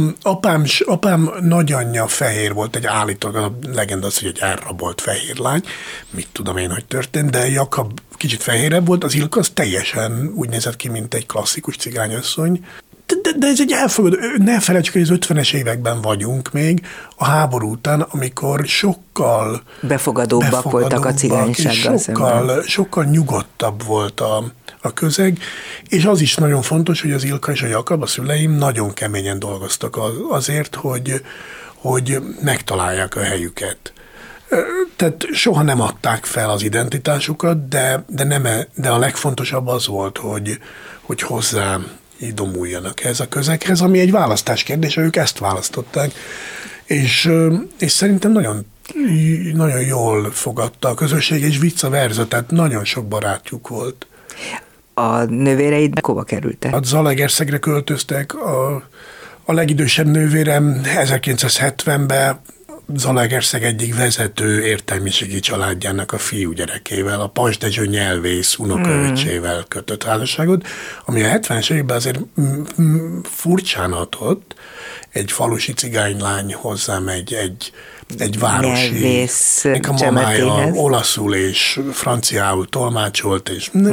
apám nagyanyja fehér volt, egy állítólag a legenda az, hogy egy elrabolt fehér lány, mit tudom én, hogy történt, de Jakab kicsit fehérebb volt, az Ilka az teljesen úgy nézett ki, mint egy klasszikus cigányasszony. De ez egy elfogadó, ne felejtsük, hogy az 50-es években vagyunk még, a háború után, amikor sokkal befogadóbbak voltak a cigánysággal szemben. Sokkal nyugodtabb volt a közeg, és az is nagyon fontos, hogy az Ilka és a Jakab, a szüleim nagyon keményen dolgoztak azért, hogy megtalálják a helyüket. Tehát soha nem adták fel az identitásukat, de a legfontosabb az volt, hogy hozzá idomuljanak ez a közeghez, ami egy választás kérdése, ők ezt választották, és szerintem nagyon, nagyon jól fogadta a közösség, és vice versa, tehát nagyon sok barátjuk volt. A nővéreid hova kerültek? A Zalaegerszegre költöztek, a legidősebb nővérem 1970-ben Zalaegerszeg egyik vezető értelmiségi családjának a fiúgyerekével, a Paks Dezső nyelvész unokaöccsével kötött házasságot, ami a 70-es években azért furcsán adott, egy falusi cigánylány hozzám egy városi, a mamája olaszul és franciául tolmácsolt,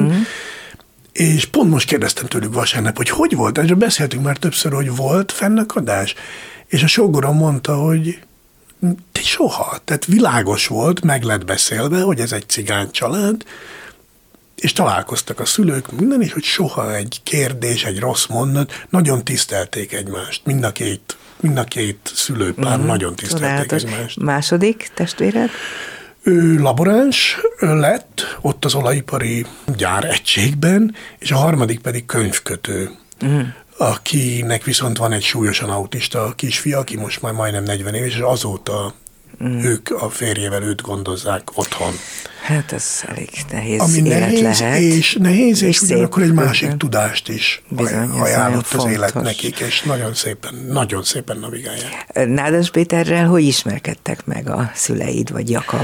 és pont most kérdeztem tőlük vasárnap, hogy volt, és beszéltünk már többször, hogy volt fennakadás, és a sógorom mondta, hogy de soha. Tehát világos volt, meg lett beszélve, hogy ez egy cigány család, és találkoztak a szülők, minden, és hogy soha egy kérdés, egy rossz mondat, nagyon tisztelték egymást. Mind a két szülőpár nagyon tisztelték egymást. Második testvéred? Ő laboráns lett ott az olajipari gyáregységben, és a harmadik pedig könyvkötő. Akinek viszont van egy súlyosan autista kisfia, aki most már majdnem 40 éves, és azóta ők a férjével őt gondozzák otthon. Hát ez elég nehéz ami élet nehéz, lehet. És ugyanakkor egy másik tudást is ajánlott az élet fontos nekik, és nagyon szépen navigálják. Nádas Péterrel hogy ismerkedtek meg a szüleid, vagy Jakab?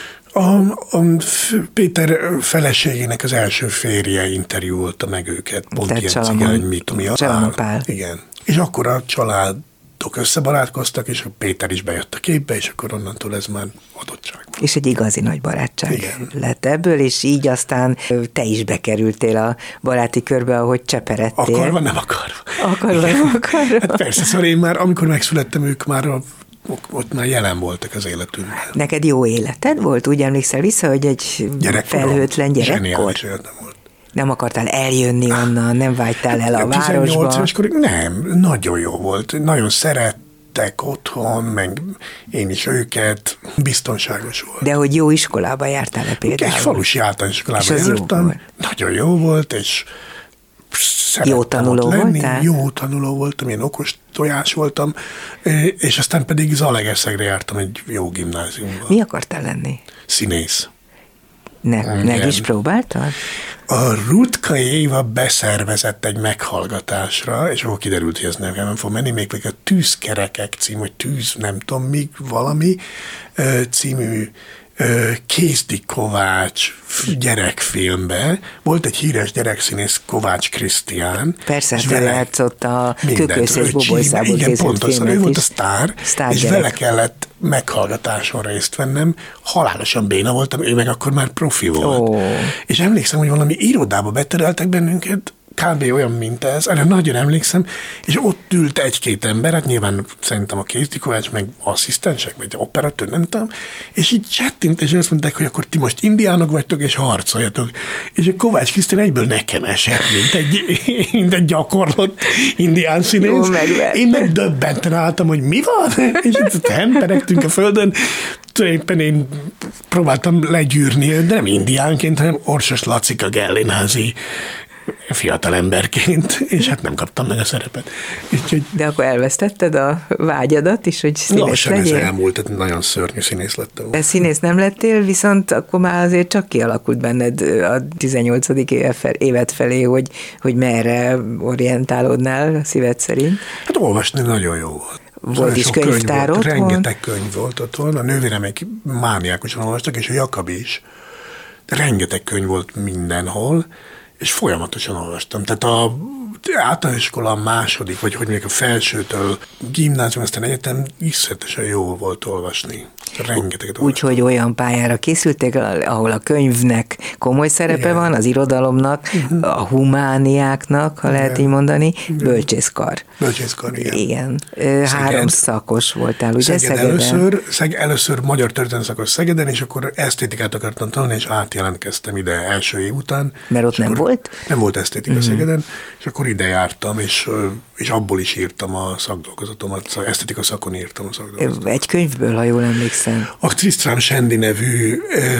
A Péter feleségének az első férje interjúolta meg őket, pont ilyen cigány mit miatt. Igen. És akkor a családok összebarátkoztak, és a Péter is bejött a képbe, és akkor onnantól ez már adottság volt. És egy igazi nagy barátság lett ebből, és így aztán te is bekerültél a baráti körbe, ahogy cseperedtél. Akarva, nem akarva. Hát persze, szóval én már, amikor megszülettem, ők már ott már jelen voltak az életünkben. Neked jó életed volt? Úgy emlékszel vissza, hogy egy felhőtlen gyerekkor? Volt. Nem akartál eljönni onnan, nem vágytál el a városba? 18 éves korig nem, nagyon jó volt. Nagyon szültek otthon, meg én is őket, biztonságos volt. De hogy jó iskolába jártál-e például? Egy falusi általános iskolába jártam, nagyon jó volt, és jó tanuló voltál? Jó tanuló voltam, én okos tojás voltam, és aztán pedig Zalaegerszegre jártam egy jó gimnáziumban. Mi akartál lenni? Színész. Meg is próbáltad? A Rutka Éva beszervezett egy meghallgatásra, és akkor kiderült, hogy ez nem fog menni, még a Tűzkerekek című, vagy Tűz, nem tudom mi, valami című Kézdi Kovács gyerekfilmbe. Volt egy híres gyerekszínész, Kovács Krisztián. Persze, te játszott a Kökősz és Bobolyszából készült filmet is. Ő volt a sztár, és vele kellett meghallgatáson részt vennem. Halálosan béna voltam, ő meg akkor már profi volt. És emlékszem, hogy valami irodába betereltek bennünket, kb. Olyan, mint ez, erre nagyon emlékszem, és ott ült egy-két ember, hát nyilván szerintem a Kézdi Kovács, meg asszisztensek, vagy operatőr, nem tudom, és így csettint, és azt mondták, hogy akkor ti most indiánok vagytok, és harcoljatok. És a Kovács Krisztián egyből nekem esett, mint egy gyakorlott indián színész. Én meg döbbenten álltam, hogy mi van? És itt hemperegtünk a földön, tulajdonképpen én próbáltam legyűrni, de nem indiánként, hanem Orsos Lacika Gellénházi fiatal emberként, és hát nem kaptam meg a szerepet. Úgyhogy... De akkor elvesztetted a vágyadat is, hogy színész lassan legyél? ez elmúlt, tehát nagyon szörnyű színész lettem. De színész nem lettél, viszont akkor már azért csak kialakult benned a 18. évad felé, hogy merre orientálódnál a szíved szerint. Hát olvasni nagyon jó volt. Volt is könyvtár otthon? Rengeteg könyv volt otthon, a nővéremek mániákusan olvastak, és a Jakab is. De rengeteg könyv volt mindenhol, és folyamatosan olvastam. Tehát a általános iskola a második, vagy hogy még a felsőtől gimnázium, aztán egyetem iszonyatosan jó volt olvasni. Rengeteget olvastam. Úgyhogy olyan pályára készülték, ahol a könyvnek komoly szerepe van, az irodalomnak, a humániáknak, ha lehet így mondani, bölcsészkar. Bölcsészkar, igen. Igen. 3 szakos voltál, ugye Szegeden? Először magyar történet szakos Szegeden, és akkor esztétikát akartam tanulni, és átjelentkeztem ide első év után. Mert ott nem volt? Nem volt esztétika Szegeden, és akkor ide jártam, és abból is írtam a szakdolgozatomat, esztétika szakon írtam a szakdolgozatomat. Egy könyvből, ha jól emlékszem. A Tristram Shandy nevű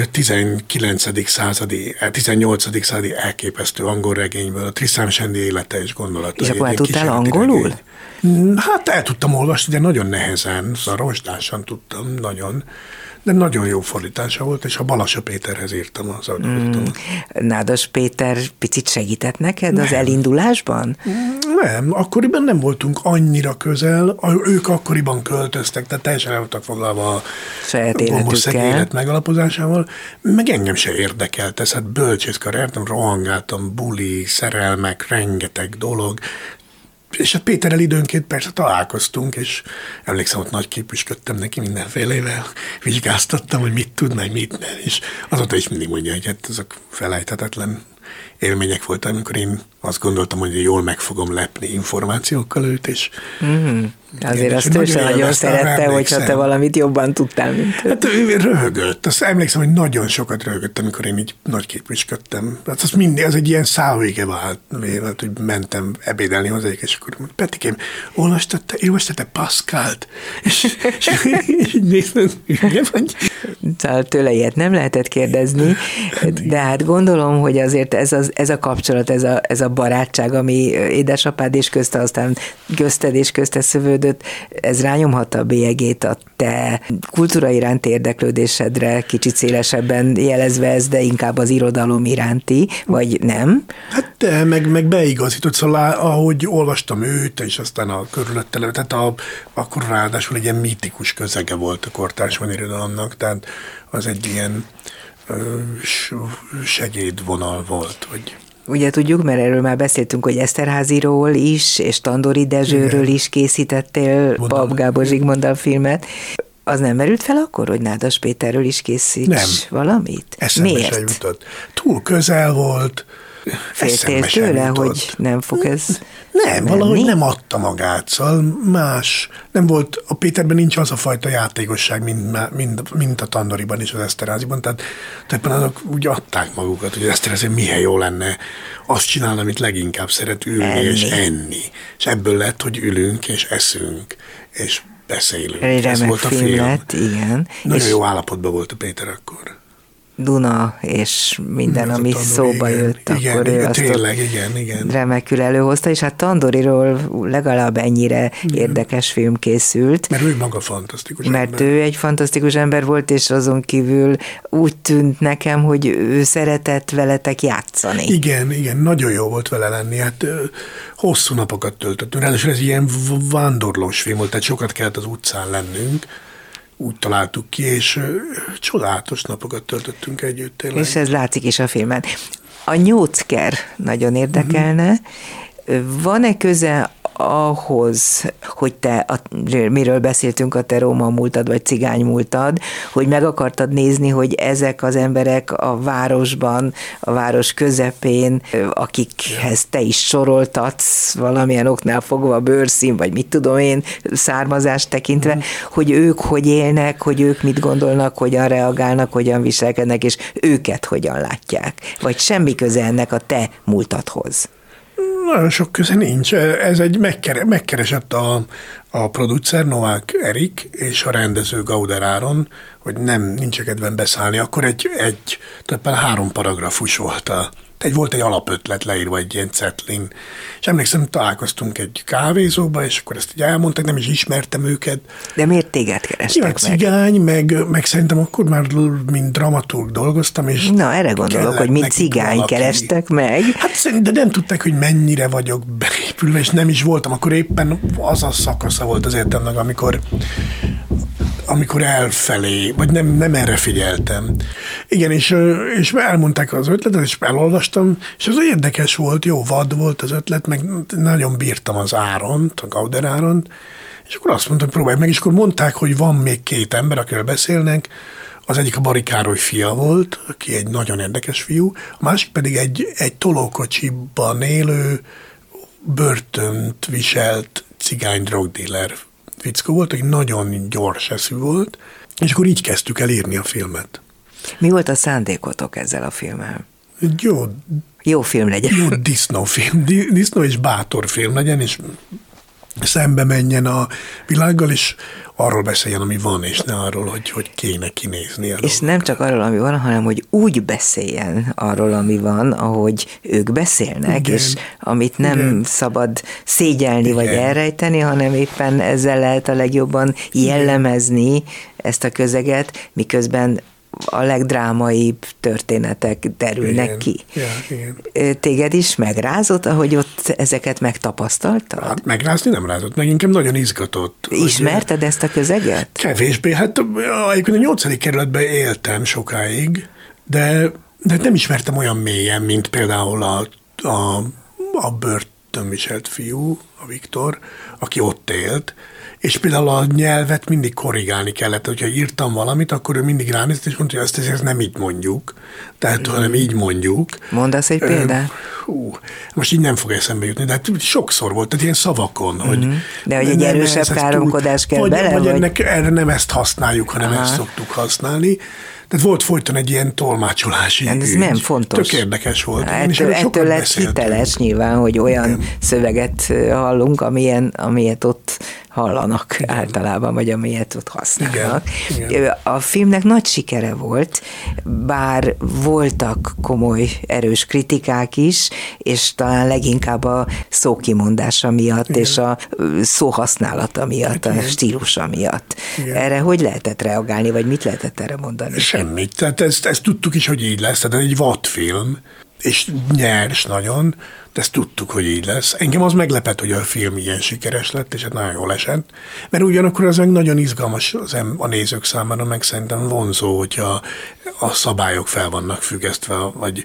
18. századi elképesztő angol regényből, a Tristram Shandy élete és gondolata. És akkor tudtál angolul? Hát el tudtam olvasni, de nagyon nehezen, szóval rozsdásan tudtam, nagyon. De nagyon jó fordítása volt, és a Balassa Péterhez írtam az szakdolgozatomat. Nádas Péter picit segített neked az elindulásban? Nem, akkoriban nem voltunk annyira közel, ők akkoriban költöztek, tehát teljesen el voltak foglalva a Gombos élet megalapozásával, meg engem se érdekelt ez, hát bölcsészkar jártam, rohangáltam, buli, szerelmek, rengeteg dolog, és hát Péterrel időnként persze találkoztunk, és emlékszem, ott nagy képüsködtem neki mindenfélevel, vizsgáztattam, hogy mit tud, meg mit nem, és azóta is mindig mondja, hogy hát azok felejthetetlen élmények voltak, amikor én azt gondoltam, hogy jól meg fogom lepni információkkal őt, és azért azt ő sem nagyon szerette, hogyha te valamit jobban tudtál, mint ő. Hát ő röhögött. Azt emlékszem, hogy nagyon sokat röhögött, amikor én így nagyképűsködtem. Hát az mindig, az egy ilyen szálvége vált, hogy mentem ebédelni hozzájuk, és akkor mondta, Petikém, olvastad te Pascalt? És így néztem, ugye vagy? Tőle ilyet nem lehetett kérdezni, de hát gondolom, hogy azért ez a kapcsolat, ez a barátság, ami édesapád és közte, aztán közted és közte szövődött, ez rányomhatta a bélyegét a te kultúra iránti érdeklődésedre, kicsit szélesebben jelezve ez, de inkább az irodalom iránti, vagy nem? Hát de, meg beigazított, szóval ahogy olvastam őt, és aztán a körülötte, tehát akkor ráadásul egy ilyen mítikus közege volt a kortársban irodalomnak, tehát az egy ilyen segédvonal volt, hogy... Ugye tudjuk, mert erről már beszéltünk, hogy Eszterházyról is, és Tandori Dezsőről is készítettél Pap Gábor Zsigmonddal filmet. Az nem merült fel akkor, hogy Nádas Péterről is készíts valamit? Eszembe se jutott. Túl közel volt. Féltél tőle, hogy nem fog ez Nem, valahogy nem adta magát, szóval más. Nem volt, a Péterben nincs az a fajta játékosság, mint a Tandoriban és az Eszterházyban, tehát azok úgy adták magukat, hogy az Eszterházy milyen jó lenne azt csinálni, amit leginkább szeret, ülni és enni. És ebből lett, hogy ülünk és eszünk, és beszélünk. Egy remek film lett, igen. Nagyon jó állapotban volt a Péter akkor. Duna és minden, ami szóba jött, akkor ő azt igen. remekül előhozta, és hát Tandoriról legalább ennyire érdekes film készült. Mert ő maga fantasztikus ember. Mert ő egy fantasztikus ember volt, és azon kívül úgy tűnt nekem, hogy ő szeretett veletek játszani. Igen, nagyon jó volt vele lenni, hát hosszú napokat töltöttünk, ráadásul ez ilyen vándorlós film volt, tehát sokat kellett az utcán lennünk, úgy találtuk ki, és csodálatos napokat töltöttünk együtt tényleg. És ez látszik is a filmen. A nyócker nagyon érdekelne. Van-e köze ahhoz, hogy miről beszéltünk, a te róma múltad, vagy cigány múltad, hogy meg akartad nézni, hogy ezek az emberek a városban, a város közepén, akikhez te is soroltatsz valamilyen oknál fogva, bőrszín, vagy mit tudom én, származást tekintve, hogy ők hogy élnek, hogy ők mit gondolnak, hogyan reagálnak, hogyan viselkednek, és őket hogyan látják. Vagy semmi köze ennek a te múltadhoz. Nagyon sok köze nincs. Ez egy megkeresett a producer Novák Erik és a rendező Gauder Áron, hogy nincs kedven beszállni. Akkor tulajdonképpen 3 paragrafus volt volt egy alapötlet leírva egy ilyen cetlin. És emlékszem, találkoztunk egy kávézóba, és akkor ezt így elmondták, nem is ismertem őket. De miért téged kerestek meg? Cigány, meg szerintem akkor már mint dramaturg dolgoztam, és na, erre gondolok, hogy mint cigány kerestek meg. Hát de nem tudták, hogy mennyire vagyok beépülve, és nem is voltam. Akkor éppen az a szakasza volt az életemnek, amikor elfelé, vagy nem erre figyeltem. Igen, és elmondták az ötletet, és elolvastam, és az érdekes volt, jó vad volt az ötlet, meg nagyon bírtam az Áront, a Gauder Áront, és akkor azt mondtam, próbálj meg, és akkor mondták, hogy van még 2 ember, akiről beszélnek, az egyik a Bari Károly fia volt, aki egy nagyon érdekes fiú, a másik pedig egy tolókocsiban élő, börtönt viselt cigány drogdíler fickó volt, aki nagyon gyors eszű volt, és akkor így kezdtük el írni a filmet. Mi volt a szándékotok ezzel a filmmel? Jó film legyen. Jó disznófilm, disznó és bátor film legyen, és szembe menjen a világgal, és arról beszéljen, ami van, és ne arról, hogy kéne kinézni. És nem csak arról, ami van, hanem hogy úgy beszéljen arról, ami van, ahogy ők beszélnek, igen, és amit nem szabad szégyelni, igen, vagy elrejteni, hanem éppen ezzel lehet a legjobban jellemezni ezt a közeget, miközben a legdrámaibb történetek derülnek, igen, ki. Ja, igen. Téged is megrázott, ahogy ott ezeket megtapasztaltad? Hát megrázni nem rázott, meg inkább nagyon izgatott. Ismerted ezt a közeget? Kevésbé. Hát egyébként a 8. kerületben éltem sokáig, de nem ismertem olyan mélyen, mint például a börtönviselt fiú, a Viktor, aki ott élt, és például a nyelvet mindig korrigálni kellett, hogyha írtam valamit, akkor ő mindig ránézett, és mondta, hogy ezt nem így mondjuk, tehát hanem így mondjuk. Mondasz egy példát? Most így nem fog eszembe jutni, de hát sokszor volt, tehát ilyen szavakon, hogy... De hogy egy erősebb káromkodás kell bele? Vagy erre nem ezt használjuk, hanem ezt szoktuk használni. Tehát volt folyton egy ilyen tolmácsolási ez nem fontos. Tök érdekes volt. Ettől lett hiteles nyilván, hogy olyan, igen, szöveget hallunk, amilyet ott hallanak, igen, általában, vagy amilyet ott használnak. Igen, igen. A filmnek nagy sikere volt, bár voltak komoly, erős kritikák is, és talán leginkább a szókimondása miatt, igen, és a szóhasználata miatt, igen, a stílusa miatt. Igen. Erre hogy lehetett reagálni, vagy mit lehetett erre mondani? Semmit. Tehát ezt tudtuk is, hogy így lesz. Tehát egy vadfilm, és nyers nagyon, de ezt tudtuk, hogy így lesz. Engem az meglepett, hogy a film ilyen sikeres lett, és hát nagyon jól esett. Mert ugyanakkor az meg nagyon izgalmas a nézők számára, meg szerintem vonzó, hogyha a szabályok fel vannak függesztve, vagy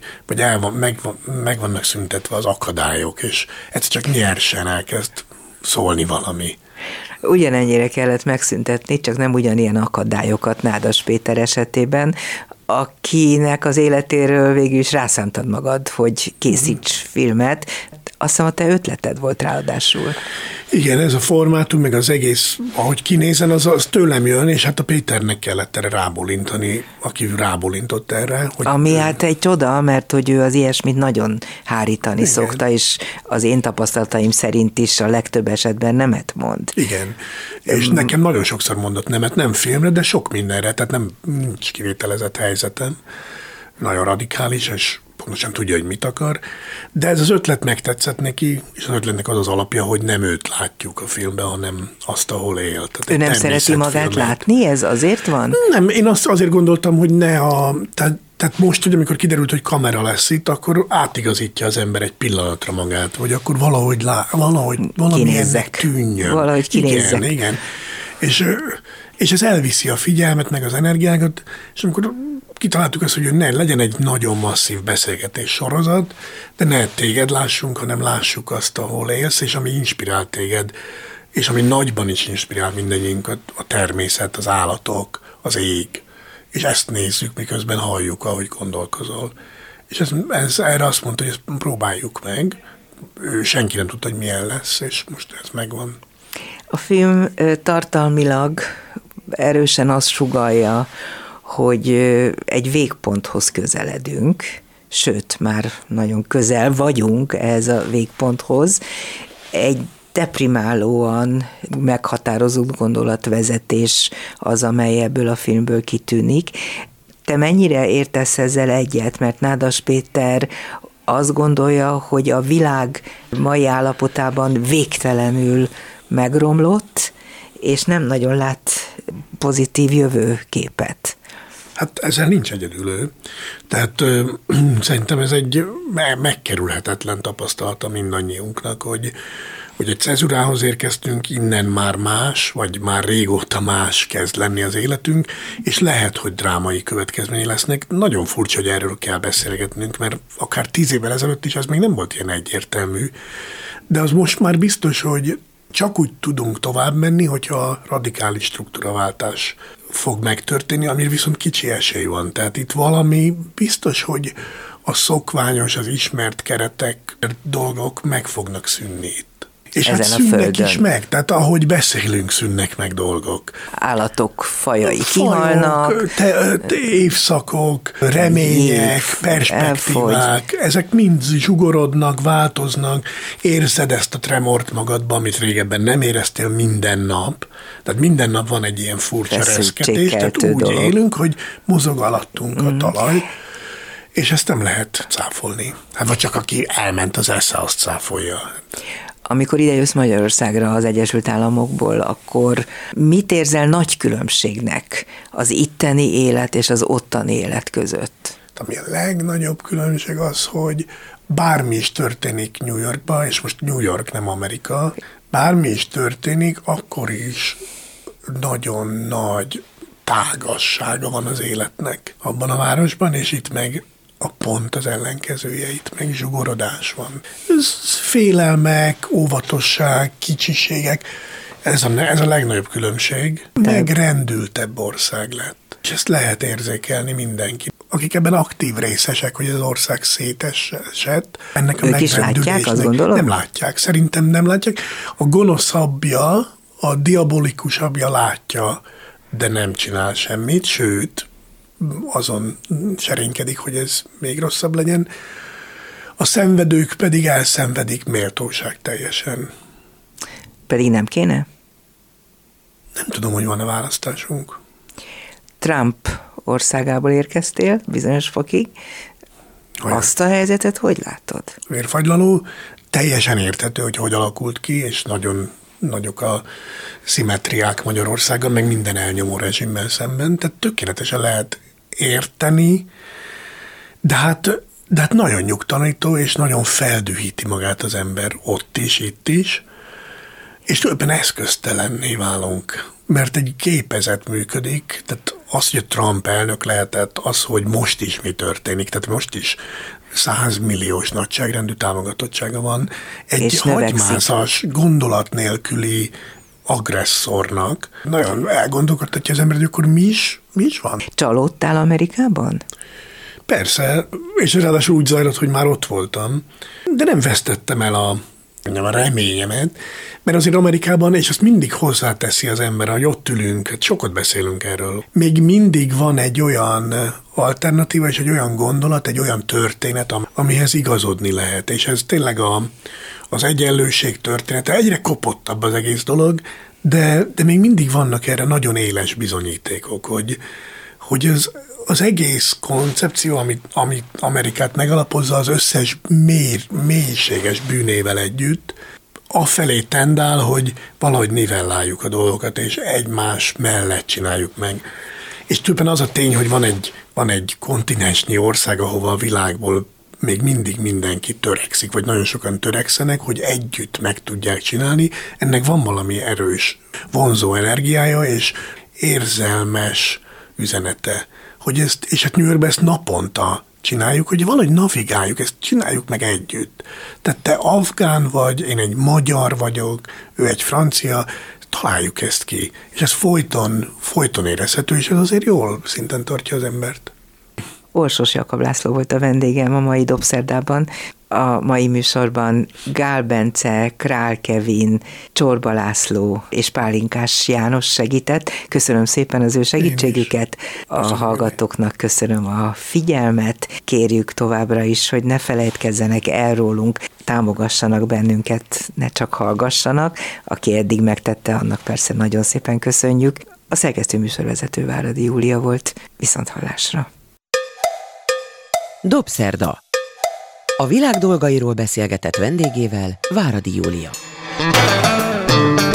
meg vannak szüntetve az akadályok, és egyszer csak nyersen elkezd szólni valami. Ugyanennyire kellett megszüntetni, csak nem ugyanilyen akadályokat Nádas Péter esetében, akinek az életéről végül is rászántad magad, hogy készíts filmet. Azt hiszem, a te ötleted volt ráadásul. Igen, ez a formátum, meg az egész, ahogy kinézen, az tőlem jön, és hát a Péternek kellett erre rábólintani, aki rábólintott erre. Hogy ami hát egy csoda, mert hogy ő az ilyesmit nagyon hárítani szokta, és az én tapasztalataim szerint is a legtöbb esetben nemet mond. Igen, és nekem nagyon sokszor mondott nemet, nem filmre, de sok mindenre, tehát nincs kivételezett helyzetem. Nagyon radikális, és pontosan tudja, hogy mit akar, de ez az ötlet megtetszett neki, és az ötletnek az az alapja, hogy nem őt látjuk a filmben, hanem azt, ahol él. Tehát ő nem szereti magát látni? Ez azért van? Nem, én azért gondoltam, hogy tehát most, hogy amikor kiderült, hogy kamera lesz itt, akkor átigazítja az ember egy pillanatra magát, vagy akkor valahogy valamilyennek tűnjön. Valahogy kinézzek. Igen. És ez elviszi a figyelmet, meg az energiákat, és amikor kitaláltuk azt, hogy ne legyen egy nagyon masszív beszélgetés sorozat, de ne téged lássunk, hanem lássuk azt, ahol élsz, és ami inspirál téged, és ami nagyban is inspirál mindannyiunkat, a természet, az állatok, az ég. És ezt nézzük, miközben halljuk, ahogy gondolkozol. És erre azt mondta, hogy ezt próbáljuk meg. Senki nem tudta, hogy milyen lesz, és most ez megvan. A film tartalmilag erősen azt sugallja, hogy egy végponthoz közeledünk, sőt, már nagyon közel vagyunk ehhez a végponthoz. Egy deprimálóan meghatározott gondolatvezetés az, amely ebből a filmből kitűnik. Te mennyire értesz ezzel egyet? Mert Nádas Péter azt gondolja, hogy a világ mai állapotában végtelenül megromlott, és nem nagyon lát pozitív jövőképet. Hát ezzel nincs egyedül ő. Tehát szerintem ez egy megkerülhetetlen tapasztalata mindannyiunknak, hogy egy cezurához érkeztünk, innen már más, vagy már régóta más kezd lenni az életünk, és lehet, hogy drámai következményei lesznek. Nagyon furcsa, hogy erről kell beszélgetnünk, mert akár 10 évvel ezelőtt is az még nem volt ilyen egyértelmű, de az most már biztos, hogy csak úgy tudunk tovább menni, hogyha radikális struktúraváltás fog megtörténni, amire viszont kicsi esély van. Tehát itt valami biztos, hogy a szokványos, az ismert keretek, dolgok meg fognak szűnni itt. És ezen hát szűnnek földön is meg, tehát ahogy beszélünk, szűnnek meg dolgok. Állatok fajai kihalnak. Évszakok, remények, perspektívák, ezek mind zsugorodnak, változnak, érzed ezt a tremort magadban, amit régebben nem éreztél minden nap. Tehát minden nap van egy ilyen furcsa reszketés, tehát úgy élünk, hogy mozog alattunk a talaj, és ezt nem lehet cáfolni. Hát vagy csak aki elment az esze, azt cáfolja. Amikor idejössz Magyarországra az Egyesült Államokból, akkor mit érzel nagy különbségnek az itteni élet és az ottani élet között? Ami a legnagyobb különbség az, hogy bármi is történik New Yorkban, és most New York nem Amerika, bármi is történik, akkor is nagyon nagy tágassága van az életnek abban a városban, és itt meg a pont az ellenkezője, itt meg zsugorodás van. Ez félelmek, óvatosság, kicsiségek, ez a legnagyobb különbség. Megrendültebb ország lett. És ezt lehet érzékelni mindenki. Akik ebben aktív részesek, hogy az ország szétesett, ennek a ők is látják, azt gondolod? Nem látják, szerintem nem látják. A gonoszabbja, a diabolikusabbja látja, de nem csinál semmit, sőt, azon serénykedik, hogy ez még rosszabb legyen. A szenvedők pedig elszenvedik méltóság teljesen. Pedig nem kéne? Nem tudom, hogy van-e választásunk. Trump országából érkeztél bizonyos fokig. Azt a helyzetet hogy látod? Vérfagylaló, teljesen érthető, hogy alakult ki, és nagyon nagyok a szimmetriák Magyarországon, meg minden elnyomó rezsimmel szemben, tehát tökéletesen lehet érteni, de hát nagyon nyugtalanító, és nagyon feldühíti magát az ember ott is, itt is, és tulajdonképpen eszköztelenné válunk, mert egy gépezet működik, tehát az, hogy Trump elnök lehetett, az, hogy most is mi történik, tehát most is 100 milliós nagyságrendű támogatottsága van, egy hagymázas, gondolat nélküli agresszornak. Nagyon elgondolkodtatja az ember, hogy akkor mi is van? Csalódtál Amerikában? Persze, és ráadásul úgy zajlott, hogy már ott voltam, de nem vesztettem el a reményemet, mert azért Amerikában, és azt mindig hozzáteszi az ember, hogy ott ülünk, hát sokat beszélünk erről, még mindig van egy olyan alternatíva, és egy olyan gondolat, egy olyan történet, amihez igazodni lehet, és ez tényleg az egyenlőség története. Egyre kopottabb az egész dolog, de még mindig vannak erre nagyon éles bizonyítékok, hogy az egész koncepció, amit Amerikát megalapozza, az összes mélységes bűnével együtt, afelé tendál, hogy valahogy nivelláljuk a dolgokat, és egymás mellett csináljuk meg. És tulajdonképpen az a tény, hogy van egy kontinensnyi ország, ahova a világból még mindig mindenki törekszik, vagy nagyon sokan törekszenek, hogy együtt meg tudják csinálni. Ennek van valami erős vonzó energiája, és érzelmes üzenete, hogy ezt, és hát New Yorkban ezt naponta csináljuk, hogy valahogy navigáljuk, ezt csináljuk meg együtt. Tehát te afgán vagy, én egy magyar vagyok, ő egy francia, találjuk ezt ki. És ez folyton érezhető, és ez azért jól szinten tartja az embert. Orsos Jakab László volt a vendégem a mai Dobszerdában. A mai műsorban Gál Bence, Král Kevin, Csorba László és Pálinkás János segített. Köszönöm szépen az ő segítségüket. A hallgatóknak köszönöm a figyelmet. Kérjük továbbra is, hogy ne felejtkezzenek el rólunk, támogassanak bennünket, ne csak hallgassanak. Aki eddig megtette, annak persze nagyon szépen köszönjük. A szerkesztő műsorvezető Váradi Júlia volt. Viszonthallásra. Dobszerda. A világ dolgairól beszélgetett vendégével Váradi Júlia.